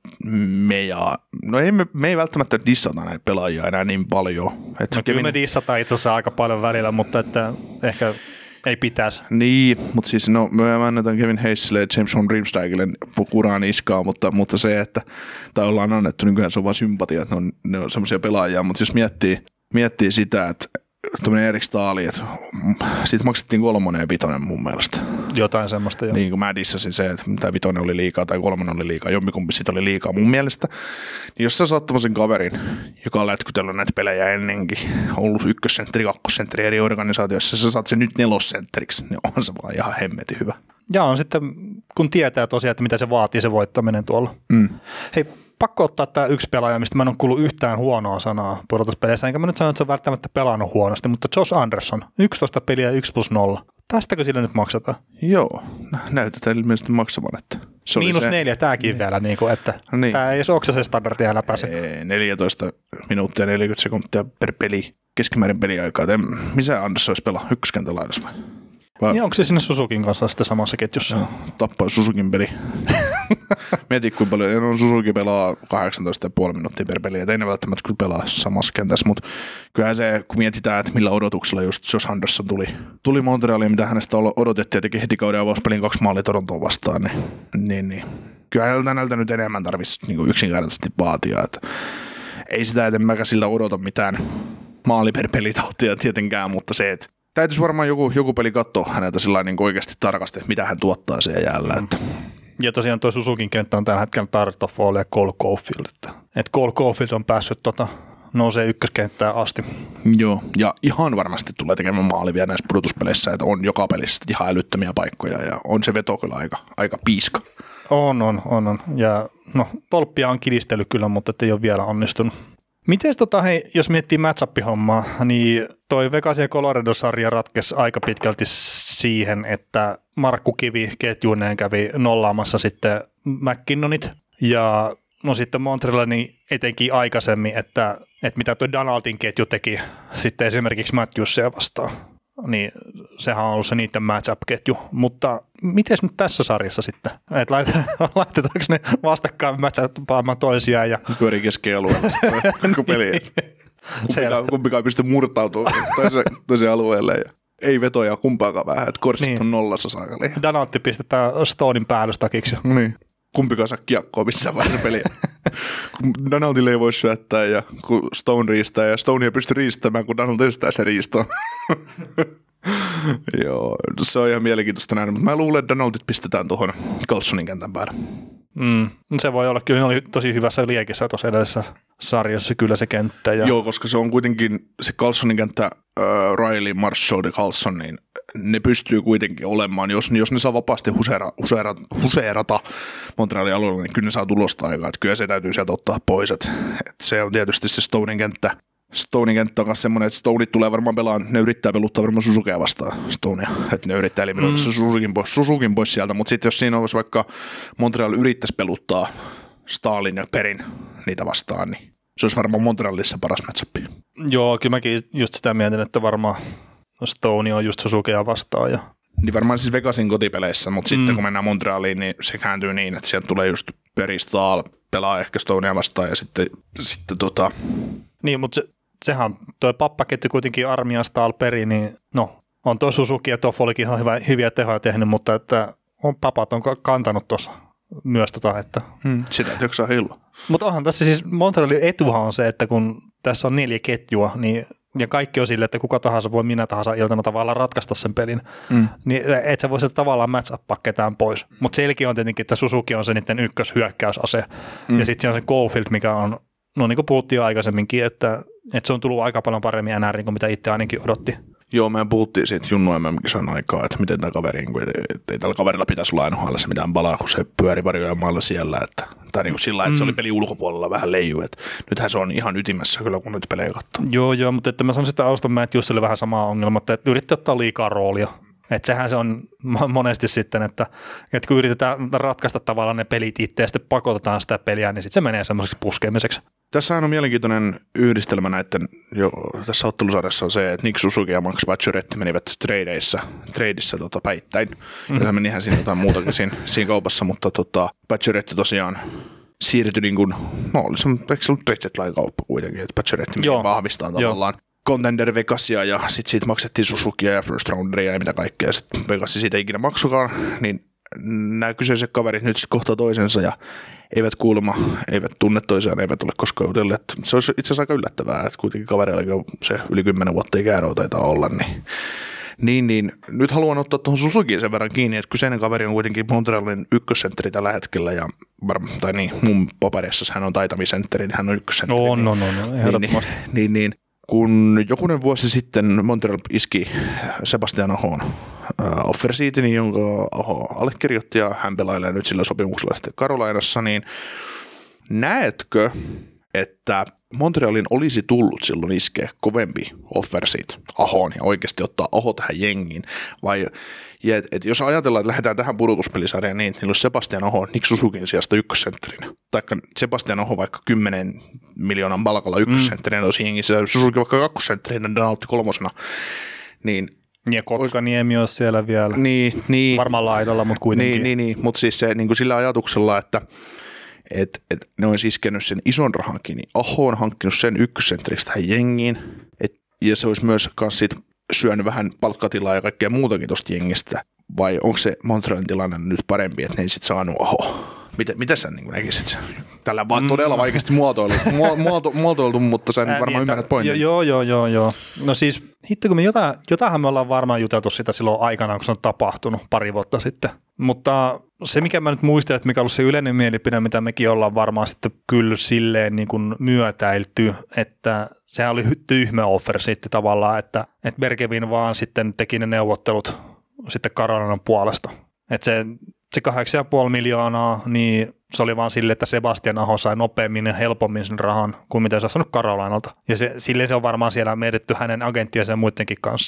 me ei välttämättä dissata näitä pelaajia enää niin paljon. No kyllä me dissataan itse asiassa aika paljon välillä, mutta että ehkä ei pitäisi. Niin, mutta siis me annetaan Kevin Hayesille ja James Von Riemsdykille kuraan iskaa, mutta se, että tai ollaan annettu, niin se on vaan sympatia, että ne on semmoisia pelaajia, mutta jos miettii sitä, että tuommoinen Erik Stahl, että siitä maksettiin 3 ja 5 mun mielestä. Jotain semmoista, joo. Niin kuin mä dissasin se, että tämä 5 oli liikaa tai 3 oli liikaa, jompikumpi siitä oli liikaa mun mielestä. Niin jos sä saat tommosen kaverin, joka on lätkytellyt näitä pelejä ennenkin, ollut 1-sentteri, 2-sentteri eri organisaatioissa, sä saat sen nyt 4-sentteriksi, niin on se vaan ihan hemmetin hyvä. Ja on sitten, kun tietää tosiaan, että mitä se vaatii se voittaminen tuolla. Hei, pakko ottaa tämä yksi pelaaja, mistä mä en ole kuullut yhtään huonoa sanaa pudotuspeleissä, enkä mä nyt sano, että se on välttämättä pelannut huonosti, mutta Josh Anderson, 11 peliä 1+0. Tästäkö sillä nyt maksataan? Joo, näytetään ilmeisesti maksavan. Että se -4 tämäkin vielä, niin kuin, että niin. Tämä ei ole se standardia älä pääse. 14 minuuttia 40 sekuntia per peli, keskimäärin peliaikaa. Missä Anderson olisi pelaa? Ykköskentän laidassa vai? Niin onko se sinne Suzukin kanssa sitten samassa ketjussa? No, tappaa Suzukin peli. Mieti, kuinka paljon Suzuki pelaa 18,5 minuuttia per peli, et ei ne välttämättä kyllä pelaa samassa kentässä, mutta kyllähän se, kun mietitään, että millä odotuksella just Josh Anderson tuli Montrealiin, mitä hänestä odotettiin, ja teki heti kauden avauspelin 2 maalia Torontoon vastaan, niin kyllä häneltä nyt enemmän tarvitsisi niin yksinkertaisesti vaatia, että ei sitä, että en mäkään siltä odota mitään maali per pelitautia tietenkään, mutta se, että täytyisi varmaan joku peli katsoa häneltä sillä niin oikeasti tarkasti, että mitä hän tuottaa siellä jäällä. Että. Ja tosiaan tuo Suzukin kenttä on tällä hetkellä Tartofol ja Cole Caulfield. Että Cole Caulfield on päässyt nousee ykköskenttään asti. Joo, ja ihan varmasti tulee tekemään maali vielä näissä pudotuspeleissä, että on joka pelissä ihan älyttömiä paikkoja ja on se veto kyllä aika piiska. On. Ja no, tolppia on kilistellyt kyllä, mutta ei ole vielä onnistunut. Miten hei, jos miettii match-up-hommaa, niin toi Vegas ja Colorado-sarja ratkesi aika pitkälti siihen, että Markku Kivi ketjuineen kävi nollaamassa sitten McKinnonit ja no sitten Montreal niin etenkin aikaisemmin, että mitä tuo Donaldin ketju teki sitten esimerkiksi Matthewsia vastaan. niin sehän on ollut se niiden matchup-ketju. Mutta miten nyt tässä sarjassa sitten? Että laitetaanko ne vastakkain matchuppaamaan toisiaan? Ja... Pyörii keskialueella koko peli. Kumpikaan ei pysty murtautumaan toiseen alueelle. Ja ei vetoja kumpaakaan vähän, että korssit on nollassa saakali. Donaldi pistetään Stonein päällystakiksi. Niin. Kumpikaan saa kiekkoa missään vaiheessa peliä. Kun Donaldille ei voi syöttää ja kun Stone riistää ja Stone ei pysty riistämään, kun Donald estää se riistoon. Joo, se on ihan mielenkiintoista näin, mutta mä luulen, että Donaldit pistetään tuohon Carlsonin kentän päälle. Se voi olla, kyllä ne oli tosi hyvässä liekissä tuossa edellisessä sarjassa kyllä se kenttä. Ja... Joo, koska se on kuitenkin se Carlsonin kenttä, Riley, Marshall ja Carlson, niin ne pystyy kuitenkin olemaan, jos ne saa vapaasti huseerata Montrealin alueella, niin kyllä ne saa tulosta aikaa, että kyllä se täytyy sieltä ottaa pois, että se on tietysti se Stonein kenttä. Stonein kenttä on myös semmoinen, että Stoneit tulee varmaan pelaamaan, ne yrittää peluttaa varmaan Susukea vastaan Stonea, että ne yrittää eliminoida Susukin pois sieltä, mutta sitten jos siinä olisi vaikka Montreal yrittäisi peluttaa Stalin ja Perin niitä vastaan, niin se olisi varmaan Montrealissa paras matchup. Joo, kyllä mäkin just sitä mietin, että varmaan Stone on just Susukea vastaan. Ja... Niin varmaan siis Vegasin kotipeleissä, mutta sitten kun mennään Montrealiin, niin se kääntyy niin, että sieltä tulee just Peri, Stahl, pelaa ehkä Stonea vastaan ja sitten Niin, mutta sehän tuo pappaketju kuitenkin Armia, Stahl, Peri, niin no, on tuo Suzuki ja Toffolikin ihan hyviä tehoja tehnyt, mutta että papat on kantanut tuossa myös että... Sitä ei jaksaa heilua. Mutta onhan tässä siis Montrealin etuhan on se, että kun tässä on 4 ketjua, niin ja kaikki on sille, että kuka tahansa voi minä tahansa iltana tavallaan ratkaista sen pelin, niin et sä voi sitä tavallaan match-uppaa ketään pois. Mutta selkeä on tietenkin, että Suzuki on se niiden ykköshyökkäysase, ja sitten siellä on se Caulfield, mikä on, no niin kuin puhuttiin jo aikaisemminkin, että se on tullut aika paljon paremmin NR:in kuin mitä itse ainakin odotti. Joo, mehän puhuttiin siitä Junnu MM-kisan aikaa, että miten tämä kaveri, ei tällä kaverilla pitäisi olla NHL mitään palaa, kun se pyöri varjoimalla siellä, tai niin kuin sillä että se oli peli ulkopuolella vähän leiju, että nythän se on ihan ytimessä kyllä, kun nyt pelejä katsoo. Joo, mutta että mä sanon sitä Auston Matthewsille vähän sama ongelma, että yritti ottaa liikaa roolia. Että sehän se on monesti sitten, että kun yritetään ratkaista tavallaan ne pelit itse ja sitten pakotetaan sitä peliä, niin sitten se menee semmoiseksi puskemiseksi. Tässähän on mielenkiintoinen yhdistelmä näiden jo tässä ottelusarjassa on se, että Nick Suzuki ja Max Pacioretty menivät treidissä päittäin. Ja menihän siinä jotain muutakin siinä kaupassa, mutta Pacioretty tosiaan siirtyi niin kuin, oli se ollut trade deadline kauppa kuitenkin, että Pacioretty meni vahvistaa tavallaan Contender Vegasia ja sitten siitä maksettiin Suzukia ja first rounderia ja mitä kaikkea. Ja sitten Vegas siitä ikinä maksukaan, niin nämä kyseiset kaverit nyt sitten kohtaa toisensa ja eivät tunne toisiaan, eivät ole koskaan jutelleet. Se olisi itse asiassa aika yllättävää, että kuitenkin kavereillakin se yli 10 vuotta ikäeroa taitaa olla. Niin, nyt haluan ottaa tuohon Suzukiin sen verran kiinni, että kyseinen kaveri on kuitenkin Montrealin ykkössentteri tällä hetkellä, ja mun paperissa hän on taitamisentteri, niin hän on ykkössentteri. No, ehdottomasti. Niin. Kun jokunen vuosi sitten Montreal iski Sebastian Ahon offersiitin, jonka Aho allekirjoitti ja hän pelailee nyt sillä sopimuksella sitten Carolinassa, niin näetkö, että Montrealin olisi tullut silloin iskeä kovempi offersiit Ahoon ja oikeasti ottaa Aho tähän jengiin? Vai et jos ajatellaan, että lähdetään tähän pudotuspelisarjaan niin, niillä olisi Sebastian Aho Nick Suzukin sijasta ykkössentterinä. Taikka Sebastian Aho vaikka 10 miljoonan palkalla ykkössentterinä olisi jengissä, Suzuki vaikka kakkosentterinä, Donaldi kolmosena, niin ja Kotkaniemi olisi siellä vielä. Niin. Varmaan laidalla, mutta kuitenkin. Niin. Mutta siis se niin kuin sillä ajatuksella, että ne olisi iskenyt sen ison rahankin, niin Aho on hankkinut sen ykkössentteriksi tähän jengiin, ja se olisi myös syönyt vähän palkkatilaa ja kaikkea muutakin tuosta jengistä, vai onko se Montrealin tilanne nyt parempi, että ne ei sitten saanut Aho? Mitä sä niin näkisit sen? Tällä vaan todella vaikeasti muotoiltu, mutta sä varmaan ymmärrät pointin. Joo. No siis hitto, kun me jotainhan me ollaan varmaan juteltu sitä silloin aikanaan, kun se on tapahtunut pari vuotta sitten. Mutta se, mikä mä nyt muistan, että mikä on ollut se yleinen mielipide, mitä mekin ollaan varmaan sitten kyllä silleen niin kuin myötäilty, että sehän oli tyhmä offer sitten tavallaan, että Bergevin vaan sitten teki ne neuvottelut sitten Carolinan puolesta. Että se 8,5 miljoonaa, niin se oli vaan sille, että Sebastian Aho sai nopeammin ja helpommin sen rahan kuin mitä se on saanut Carolinalta. Ja silleen se on varmaan siellä mietitty hänen agenttiensa ja muidenkin kanssa.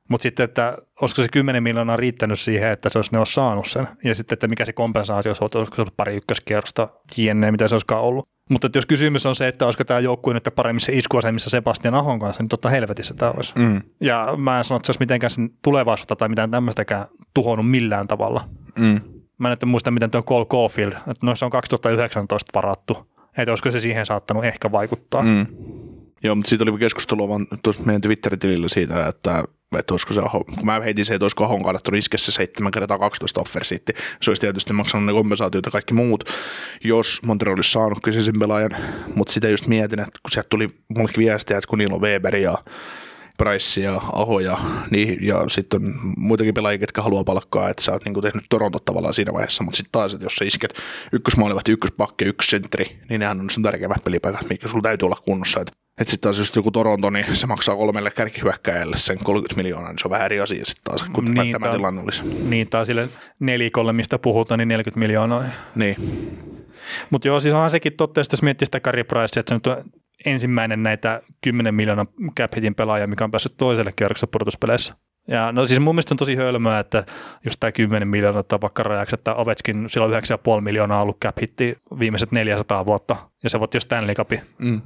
Mutta sitten, että olisiko se 10 miljoonaa riittänyt siihen, että ne olisi saanut sen. Ja sitten, että mikä se kompensaatio olisi, olisiko se ollut pari ykköskierrosta, jne, mitä se olisikaan ollut. Mutta jos kysymys on se, että olisiko tämä joukkue nyt paremmissa iskuasemissa Sebastian Ahon kanssa, niin totta helvetissä tämä olisi. Ja mä en sano, että se olisi mitenkään sen tulevaisuutta tai mitään tämmöistäkään tuhonnut millään tavalla. Mä en muista, miten tuo Cole Caulfield, että noissa on 2019 varattu. Että olisiko se siihen saattanut ehkä vaikuttaa. Joo, mutta siitä oli keskustelua vaan tuossa meidän Twitter-tilillä siitä, että olisiko se Aho, kun mä heitin se, että olisiko Ahon kannattanut iskeä se 7x12 offersiitti. Se olisi tietysti maksanut ne kompensaatiot ja kaikki muut, jos Montreal olisi saanut kyseisen pelaajan. Mutta sitä just mietin, että kun sieltä tuli mullekin viestiä, että kun niillä on Weber ja Price ja Aho ja sitten on muitakin pelaajia, ketkä haluaa palkkaa, että sä oot niinku tehnyt Toronto tavallaan siinä vaiheessa, mutta sitten taas, että jos sä isket ykkösmaalivahti, ykköspakki, ykkössentteri, niin nehän on sun tärkeimmät pelipaikat, mikä sulla täytyy olla kunnossa. Että sitten taas just joku Toronto, niin se maksaa 3 kärkihyökkääjälle sen 30 miljoonaa, niin se on vähän eri asia sitten taas, kun tämä tilanne olisi. Niin, tai sille nelikolle, mistä puhutaan, niin 40 miljoonaa. Niin. Mutta joo, siis onhan sekin totta, jos miettii sitä Carey Pricea, että se nyt on ensimmäinen näitä 10 miljoonaa cap-hitin pelaaja, mikä on päässyt toiselle kierrokselle pudotuspeleissä. Ja no siis mun mielestä on tosi hölmöä, että just tämä 10 miljoonaa ottaa vaikka rajaksi, että Ovechkin sillä on 9,5 miljoonaa ollut cap-hitti viimeiset 400 vuotta, ja se voitti jo Stanley Cupin.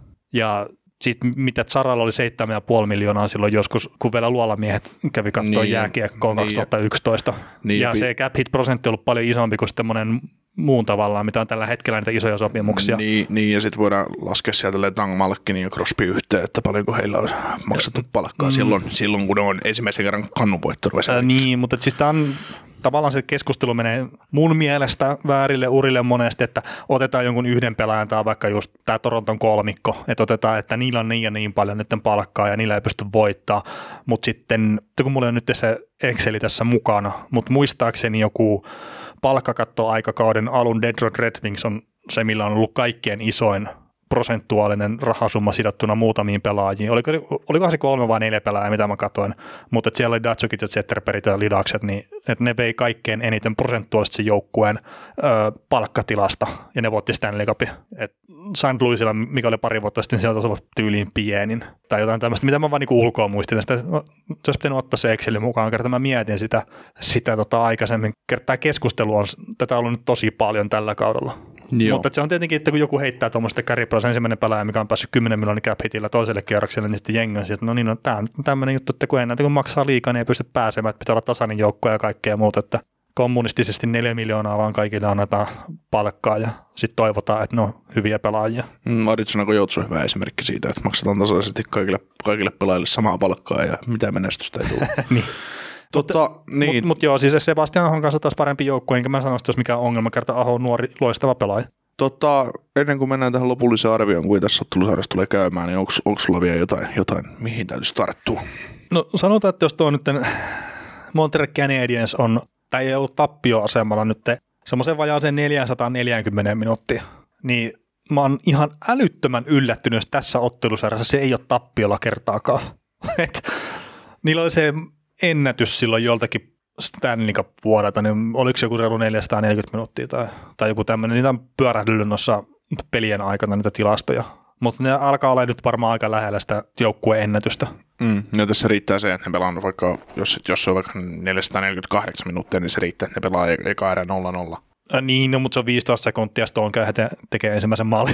Ja sitten mitä Zaralla oli 7,5 miljoonaa silloin joskus, kun vielä luolamiehet kävi katsoa jääkiekkoa 2011. Niin, ja se cap-hit-prosentti on ollut paljon isompi kuin sitten monen muun tavallaan, mitä on tällä hetkellä niitä isoja sopimuksia. Niin ja sitten voidaan laskea sieltä Tang Malkkinin ja Crosby yhteen, että paljonko heillä on maksettu palkkaa silloin, kun on ensimmäisen kerran kannunvoitto. Niin, mutta siis tämä on tavallaan se keskustelu menee mun mielestä väärille urille monesti, että otetaan jonkun yhden pelaajan tai vaikka just tämä Toronton kolmikko, että otetaan, että niillä on niin ja niin paljon nyt palkkaa ja niillä ei pysty voittaa, mutta sitten, kun mulla on nyt se Exceli tässä mukana, mutta muistaakseni joku palkkakattoaikakauden alun Detroit Red Wings on se, millä on ollut kaikkien isoin prosentuaalinen rahasumma sidottuna muutamiin pelaajiin. Olikohan se 3 vai 4 pelaajaa, mitä mä katsoin, mutta siellä oli Datsukit ja Zetterbergit ja Lidakset, niin että ne vei kaikkein eniten prosentuaalisesti sen joukkueen palkkatilasta, ja ne voitti Stanley Cupin. St. Louisilla, mikä oli pari vuotta sitten, sieltä olisi tyyliin pienin, tai jotain tämmöistä, mitä mä vaan niin ulkoa muistin. Sitä, se olisi pitänyt ottaa se Excelin mukaan, kertaa mä mietin sitä aikaisemmin. Kertaa keskustelu on, tätä on ollut nyt tosi paljon tällä kaudella. Joo. Mutta se on tietenkin, että kun joku heittää tuommoista Carey Price ensimmäinen pelaaja, mikä on päässyt 10 miljoonan cap-hitillä toiselle kierrokselle, niin sitten jengi että no niin, tämä on tämmöinen juttu, että kun kun maksaa liikaa, niin ei pysty pääsemään, että pitää olla tasainen joukko ja kaikkea muuta, että kommunistisesti 4 miljoonaa vaan kaikille annetaan palkkaa ja sitten toivotaan, että ne on hyviä pelaajia. Arizona Coyotes on hyvä esimerkki siitä, että maksetaan tasaisesti kaikille pelaajille samaa palkkaa ja mitä menestystä ei tule. Niin. Niin. Mutta joo, siis Sebastian Ahon kanssa taas parempi joukkue, enkä mä sano, että olisi mikään ongelma, kertaa Aho on nuori, loistava pelaaja. Ennen kuin mennään tähän lopulliseen arvioon, kun tässä ottelusarjassa tulee käymään, niin onko sulla vielä jotain, mihin täytyisi tarttua? No sanotaan, että jos tuo nyt Montreal Canadiens on, tai ei ollut tappioasemalla nyt semmoisen vajaaseen 440 minuuttia, niin mä oon ihan älyttömän yllättynyt, jos tässä ottelusarjassa se ei ole tappiolla kertaakaan. Niillä oli se ennätys silloin joltakin Stanley Cup-vuodelta, niin oliko se joku reilu 440 minuuttia tai joku tämmöinen. Niitä on pyörähdellyt noissa pelien aikana niitä tilastoja, mutta ne alkaa olla nyt varmaan aika lähellä sitä joukkueen ennätystä. Ja tässä riittää se, että ne pelaa vaikka, jos se on vaikka 448 minuuttia, niin se riittää, että ne pelaa eka erä 0-0. Niin, no, mutta se on 15 sekuntia, Stone tekee ensimmäisen maalin.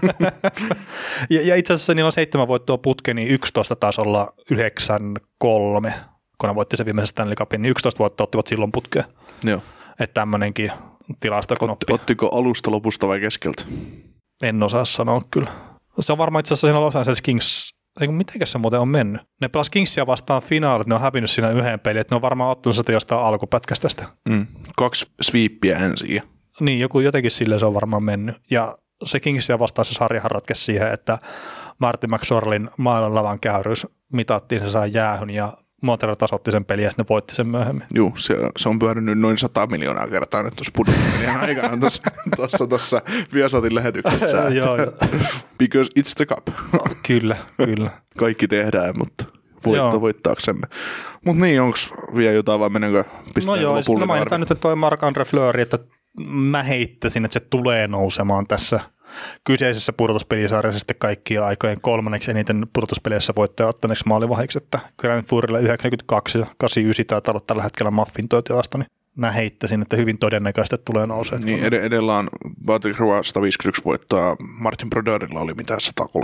ja itse asiassa niillä on 7 voittoa putkeen, niin 11 taas olla 9-3. Kun ne voitti sen viimeisen Stanley Cupin, niin 11 vuotta ottivat silloin putkeen. Joo. Että tämmöinenkin tilastoknoppi. Ottiko alusta, lopusta vai keskeltä? En osaa sanoa kyllä. Se on varmaan itse asiassa siinä Los Angeles Kings. Mitenkäs se muuten on mennyt? Ne pelasi Kingsia vastaan finaalit, ne on hävinnyt siinä yhden pelin, että ne on varmaan ottanut sitä jostain alkupätkästä sitä. 2 sweepiä ensin. Niin, jotenkin silleen se on varmaan mennyt. Ja se Kingsia vastaan se sarjahan ratkesi siihen, että Martin McSorleyn maailmanlavan käyryys mitattiin, se sai jäähyn ja Montreal tasoitti sen peliä ja sitten ne voitti sen myöhemmin. Joo, se on pyörinyt noin 100 miljoonaa kertaa nyt tuossa pudotuspelien aikana tuossa Viasatin lähetyksessä. Joo. Because it's the cup. Kyllä. Kaikki tehdään, mutta voittaaksemme. Mutta niin, onko vielä jotain vai menenkö pisteen lopullinen arvio? No mainitaan nyt toi Marc-Andre Fleury, että mä heittäisin, että se tulee nousemaan tässä. kyseisessä pudotuspelisarjassa sitten kaikkien aikojen 3. eniten pudotuspeleissä voittoja ottaneeksi maalivahiksi, että Grand Furilla 92 ja 89 taitaa olla tällä hetkellä Muffin tuo tilasta, niin mä heittäisin, että hyvin todennäköisesti että tulee nousee. Niin edellä on Patrick Roy 151 voittoa, Martin Brodeurilla oli mitään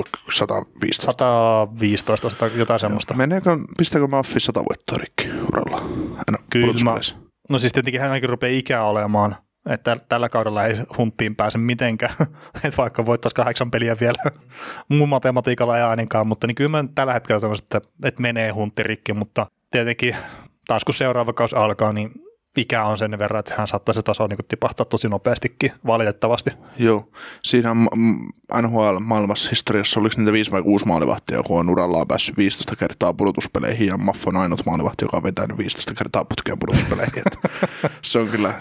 115. 115, jotain semmoista. Pistääkö Muffi 100 voittoa rikki uralla? Kyllä no siis tietenkin hänenkin rupeaa ikää olemaan, että tällä kaudella ei hunttiin pääse mitenkään, että vaikka voittaisi 8 peliä vielä, mun matematiikalla ei ainakaan, mutta niin kyllä mä tällä hetkellä sanoisin, että menee huntti rikki, mutta tietenkin taas kun seuraava kausi alkaa, niin ikä on sen verran, että hän saattaa se taso niin tipahtaa tosi nopeastikin, valitettavasti. Joo, siinä NHL-maailmassa historiassa oliko niitä 5 vai 6 maalivahtia, kun on urallaan päässyt 15 kertaa pudotuspeleihin, ja Muff on ainut maalivahti, joka on vetänyt 15 kertaa putkeen pudotuspeleihin. Se on kyllä,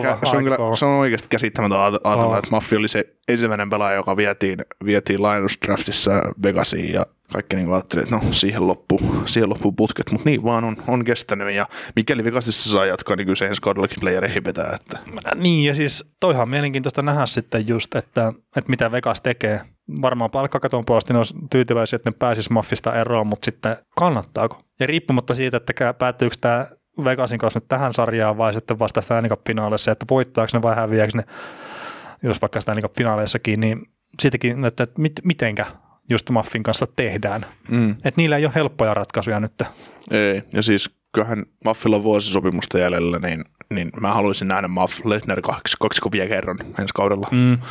se on oikeasti käsittämätön ajatella, että Muff oli se ensimmäinen pelaaja, joka vietiin Lions draftissa Vegasiin, ja kaikki niin ajattelivat, että no siihen loppuu putket, mutta niin vaan on kestänyt, ja mikäli Vegasissa saa jatkaa, niin kyllä se ensi kaudellakin playereihin vetää. Että. Niin, ja siis toihan on mielenkiintoista nähdä sitten just, että mitä Vegas tekee. Varmaan palkkakaton puolesta ne olisi tyytyväisiä, että ne pääsisi Muffista eroon, mutta sitten kannattaako? Ja riippumatta siitä, että päättyykö tämä Vegasin kanssa nyt tähän sarjaan vai sitten vasta Stanley Cup-finaaleissa, että voittaako ne vai häviääkö ne, jos vaikka Stanley Cup-finaaleissakin, niin siitäkin, että mitenkä just Muffin kanssa tehdään. Että niillä ei ole helppoja ratkaisuja nyt. Ei, ja siis kyllähän Muffilla on vuosisopimusta jäljellä, niin mä haluaisin nähdä Muff-Lehner kaksikko vielä kerran ensi kaudella.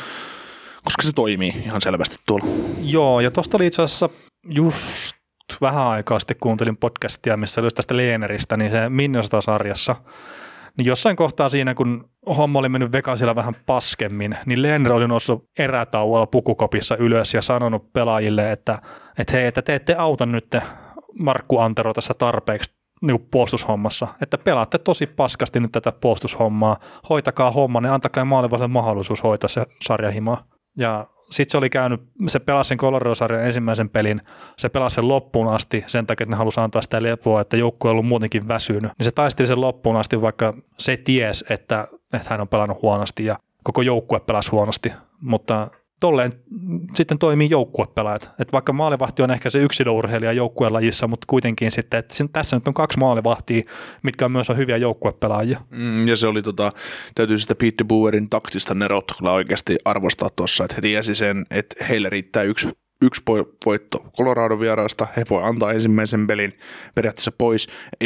Koska se toimii ihan selvästi tuolla. Joo, ja tuosta oli itse asiassa just vähän aikaa sitten kuuntelin podcastia, missä oli tästä Lehneristä, niin se Minnesota-sarjassa, niin jossain kohtaa siinä, kun homma oli mennyt Vegasilla vähän paskemmin, niin Lehner oli noussut erätauolla pukukopissa ylös ja sanonut pelaajille, että hei, että te ette auta nyt Markku Antero tässä tarpeeksi niin puolustushommassa, että pelaatte tosi paskasti nyt tätä puolustushommaa, hoitakaa homma, niin antakaa maalivahdelle mahdollisuus hoitaa se sarjahimaa. Ja sitten se oli käynyt, se pelasi sen Colorado-sarjan ensimmäisen pelin, se pelasi sen loppuun asti sen takia, että ne halusi antaa sitä lepoa, että joukkue on ollut muutenkin väsynyt. Niin se taisteli sen loppuun asti, vaikka se ties, että hän on pelannut huonosti ja koko joukkue pelasi huonosti, mutta tolleen sitten toimii joukkuepelaajat. Että vaikka maalivahti on ehkä se yksilöurheilija joukkueen lajissa, mutta kuitenkin sitten, että tässä nyt on 2 maalivahtia, mitkä on myös hyviä joukkuepelaajia. Ja se oli täytyy sitä Pete Boerin taktista neroutta kyllä oikeasti arvostaa tuossa, että he tiesi sen, että heille riittää yksi voitto Colorado vieraasta, he voi antaa ensimmäisen pelin periaatteessa pois.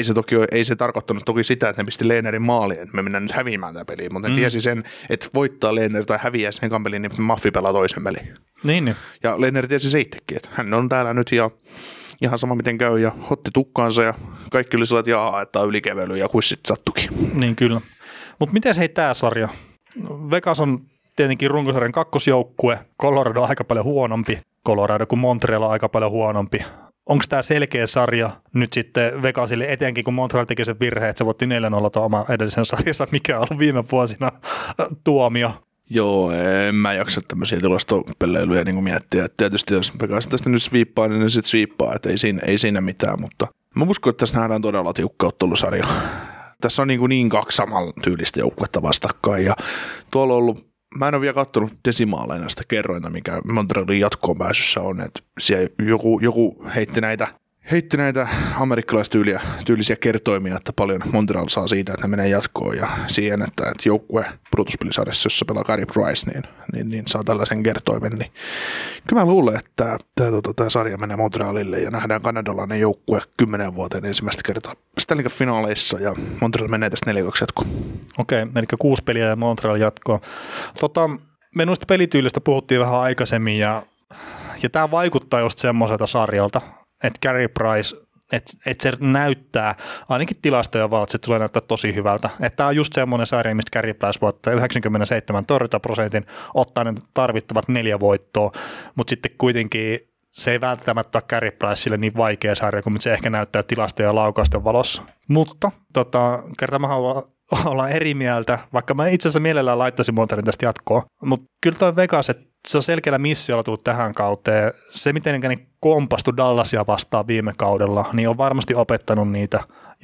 Ei se tarkoittanut toki sitä, että ne pisti Lehnerin maaliin, että me mennään nyt häviämään tämä peli, mutta ne tiesi sen, että voittaa Lehner tai häviää sen ekan pelin, niin Muffi pelaa toisen pelin. Niin. Ja Lehner tiesi se itsekin, että hän on täällä nyt ja ihan sama miten käy ja otti tukkaansa ja kaikki oli sellainen, että on ylikevely ja kuissit sattukin. Niin kyllä. Mutta miten hei tämä sarja? Vegas on tietenkin runkosarjan kakkosjoukkue, Colorado on aika paljon huonompi. Colorado kuin Montreal on aika paljon huonompi. Onko tämä selkeä sarja nyt sitten Vegasille, etenkin kun Montreal teki sen virheen, että se voitti 4-0 oma edellisen sarjassa, mikä on ollut viime vuosina tuomio? Joo, en mä jaksa tämmöisiä tilastopelleilyjä niin miettiä. Et tietysti jos Vegas tästä nyt sviippaa, niin ne sitten sviippaa, että ei siinä mitään, mutta mä uskon, että tässä nähdään todella tiukka ottelusarja. Tässä on niin 2 saman tyylistä joukkuetta vastakkain ja tuolla on ollut. Mä en ole vielä katsonut desimaaleina sitä kerrointa, mikä Montrealin jatkoon pääsyssä on, että siellä joku heitti näitä amerikkalaistyylisiä kertoimia, että paljon Montreal saa siitä, että ne menee jatkoon ja siihen, että joukkue pudotuspelisarjassa, jossa pelaa Carey Price, niin saa tällaisen kertoimen. Niin kyllä mä luulen, että tämä sarja menee Montrealille ja nähdään kanadalainen joukkue 10 vuoteen ensimmäistä kertaa Stanley Cup-finaaleissa ja Montreal menee tästä 4-2 jatkoon. Okei, eli 6 peliä ja Montreal jatkoon. Me noista pelityylistä puhuttiin vähän aikaisemmin ja tämä vaikuttaa just semmoiselta sarjalta, että Carey Price, että se näyttää, ainakin tilastoja vaan, että se tulee näyttää tosi hyvältä. Että tämä on just semmoinen sarja, mistä Carey Price voittaa 97 torjuntaprosentin, ottaa ne tarvittavat 4 voittoa, mutta sitten kuitenkin se ei välttämättä ole Carey Pricelle niin vaikea sarja, kuin se ehkä näyttää tilastoja ja laukausten valossa. Mutta kerta mä haluan olla eri mieltä, vaikka mä itse asiassa mielellään laittaisin Montrealin tästä jatkoon. Mutta kyllä toi Vegas, että se on selkeällä missiolla tullut tähän kauteen. Se, miten ne kompastui Dallasia vastaan viime kaudella, niin on varmasti opettanut niitä. Ja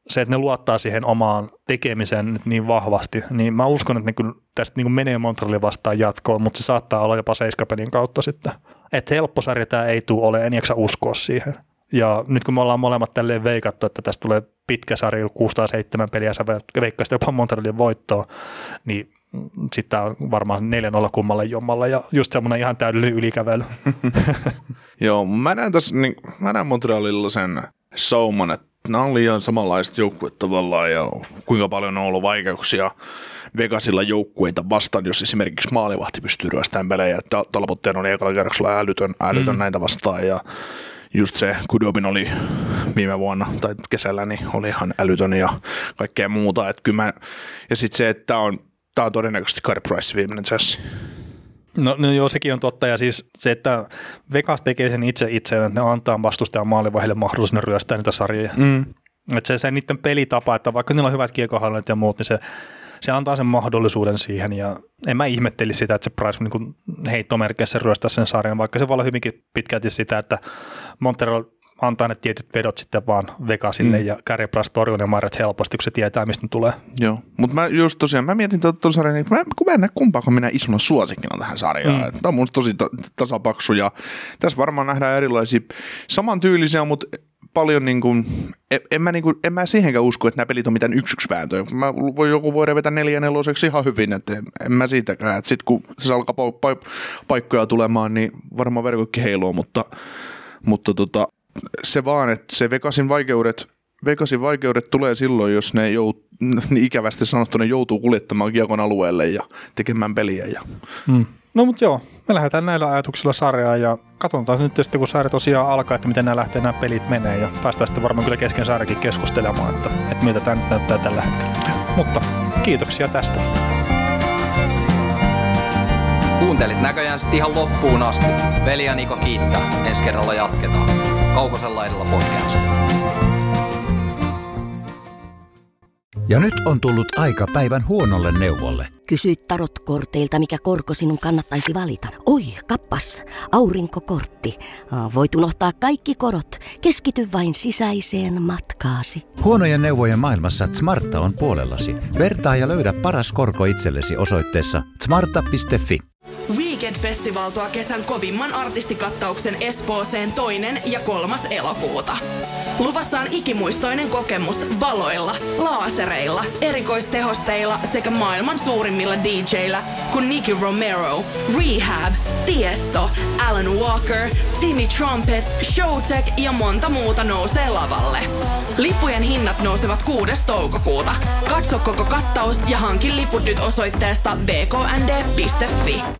se, että ne luottaa siihen omaan tekemiseen nyt niin vahvasti, niin mä uskon, että ne kyllä tästä niin kuin menee Montrealin vastaan jatkoon, mutta se saattaa olla jopa 7-pelin kautta sitten. Että helppo sarja tämä ei tule ole, en jaksa uskoa siihen. Ja nyt kun me ollaan molemmat tälleen veikattu, että tästä tulee pitkä sarja, 607 peliä, sä veikkasit jopa Montrealin voittoa, niin sitten on varmaan 4-0 kummalle jommalle ja just semmoinen ihan täydellinen ylikävely. Joo, mä näen Montrealilla sen sauman, että nämä on liian samanlaiset joukkueet tavallaan ja kuinka paljon on ollut vaikeuksia Vegasilla joukkueita vastaan, jos esimerkiksi maalivahti pystyy ryöstämään pelejä. Talbotteen oli ekalla kerroksella älytön näitä vastaan ja just se Kudobin oli viime vuonna tai kesällä, niin oli ihan älytön ja kaikkea muuta. Ja sitten se, että tämä on todennäköisesti Carey Price viimeinen chanssi. No joo, sekin on totta. Ja siis se, että Vegas tekee sen itselleen, että ne antaa vastustajan maalivahdille mahdollisuuden ryöstää niitä sarjoja. Että se niiden pelitapa, että vaikka niillä on hyvät kiekohallinnat ja muut, niin se antaa sen mahdollisuuden siihen. Ja en mä ihmetteli sitä, että se Price niin heittomerkeissä ryöstää sen sarjan, vaikka se voi olla hyvinkin pitkälti sitä, että Montreal antaa ne tietyt vedot sitten vaan Vegasille ja Carey Price torjuu ne marjat helposti, kun se tietää, mistä ne tulee. Joo, mutta mä mietin tuon sarjan, niin kun mä en näe kumpaakaan minä isona suosikkina tähän sarjaan. Tämä on mun tosi tasapaksu ja tässä varmaan nähdään erilaisia samantyylisiä, mutta paljon niin kuin, en mä siihenkään usko, että nämä pelit on mitään 1-1 vääntöjä. Joku voi revetä 4-4 ihan hyvin, että en mä siitäkään. Sitten kun se alkaa paikkoja tulemaan, niin varmaan verkokki heiluu, mutta se vaan, että se Vegasin vaikeudet tulee silloin, jos ne niin ikävästi sanottuna joutuu kuljettamaan kiekon alueelle ja tekemään peliä. No mutta joo, me lähdetään näillä ajatuksilla sarjaan ja katsotaan nyt sitten, kun sarja tosiaan alkaa, että miten nämä pelit menee ja päästään sitten varmaan kyllä kesken sarjakin keskustelemaan, että miltä tämä nyt näyttää tällä hetkellä. Mutta kiitoksia tästä. Kuuntelit näköjään sitten ihan loppuun asti. Veli ja Niko kiittää. Ensi kerralla jatketaan. Kaukosen laidalla podcast. Ja nyt on tullut aika päivän huonolle neuvolle. Kysy tarotkorteilta, mikä korko sinun kannattaisi valita. Oi, kappas, aurinkokortti. Voit unohtaa kaikki korot. Keskity vain sisäiseen matkaasi. Huonojen neuvojen maailmassa Smarta on puolellasi. Vertaa ja löydä paras korko itsellesi osoitteessa smarta.fi. Weekend Festival tuo kesän kovimman artistikattauksen Espooseen 2. ja 3. elokuuta. Luvassa on ikimuistoinen kokemus valoilla, laasereilla, erikoistehosteilla sekä maailman suurimmilla DJillä kuin Nicky Romero, Rehab, Tiesto, Alan Walker, Timmy Trumpet, Showtek ja monta muuta nousee lavalle. Lippujen hinnat nousevat 6. toukokuuta. Katso koko kattaus ja hankin liput nyt osoitteesta bknd.fi.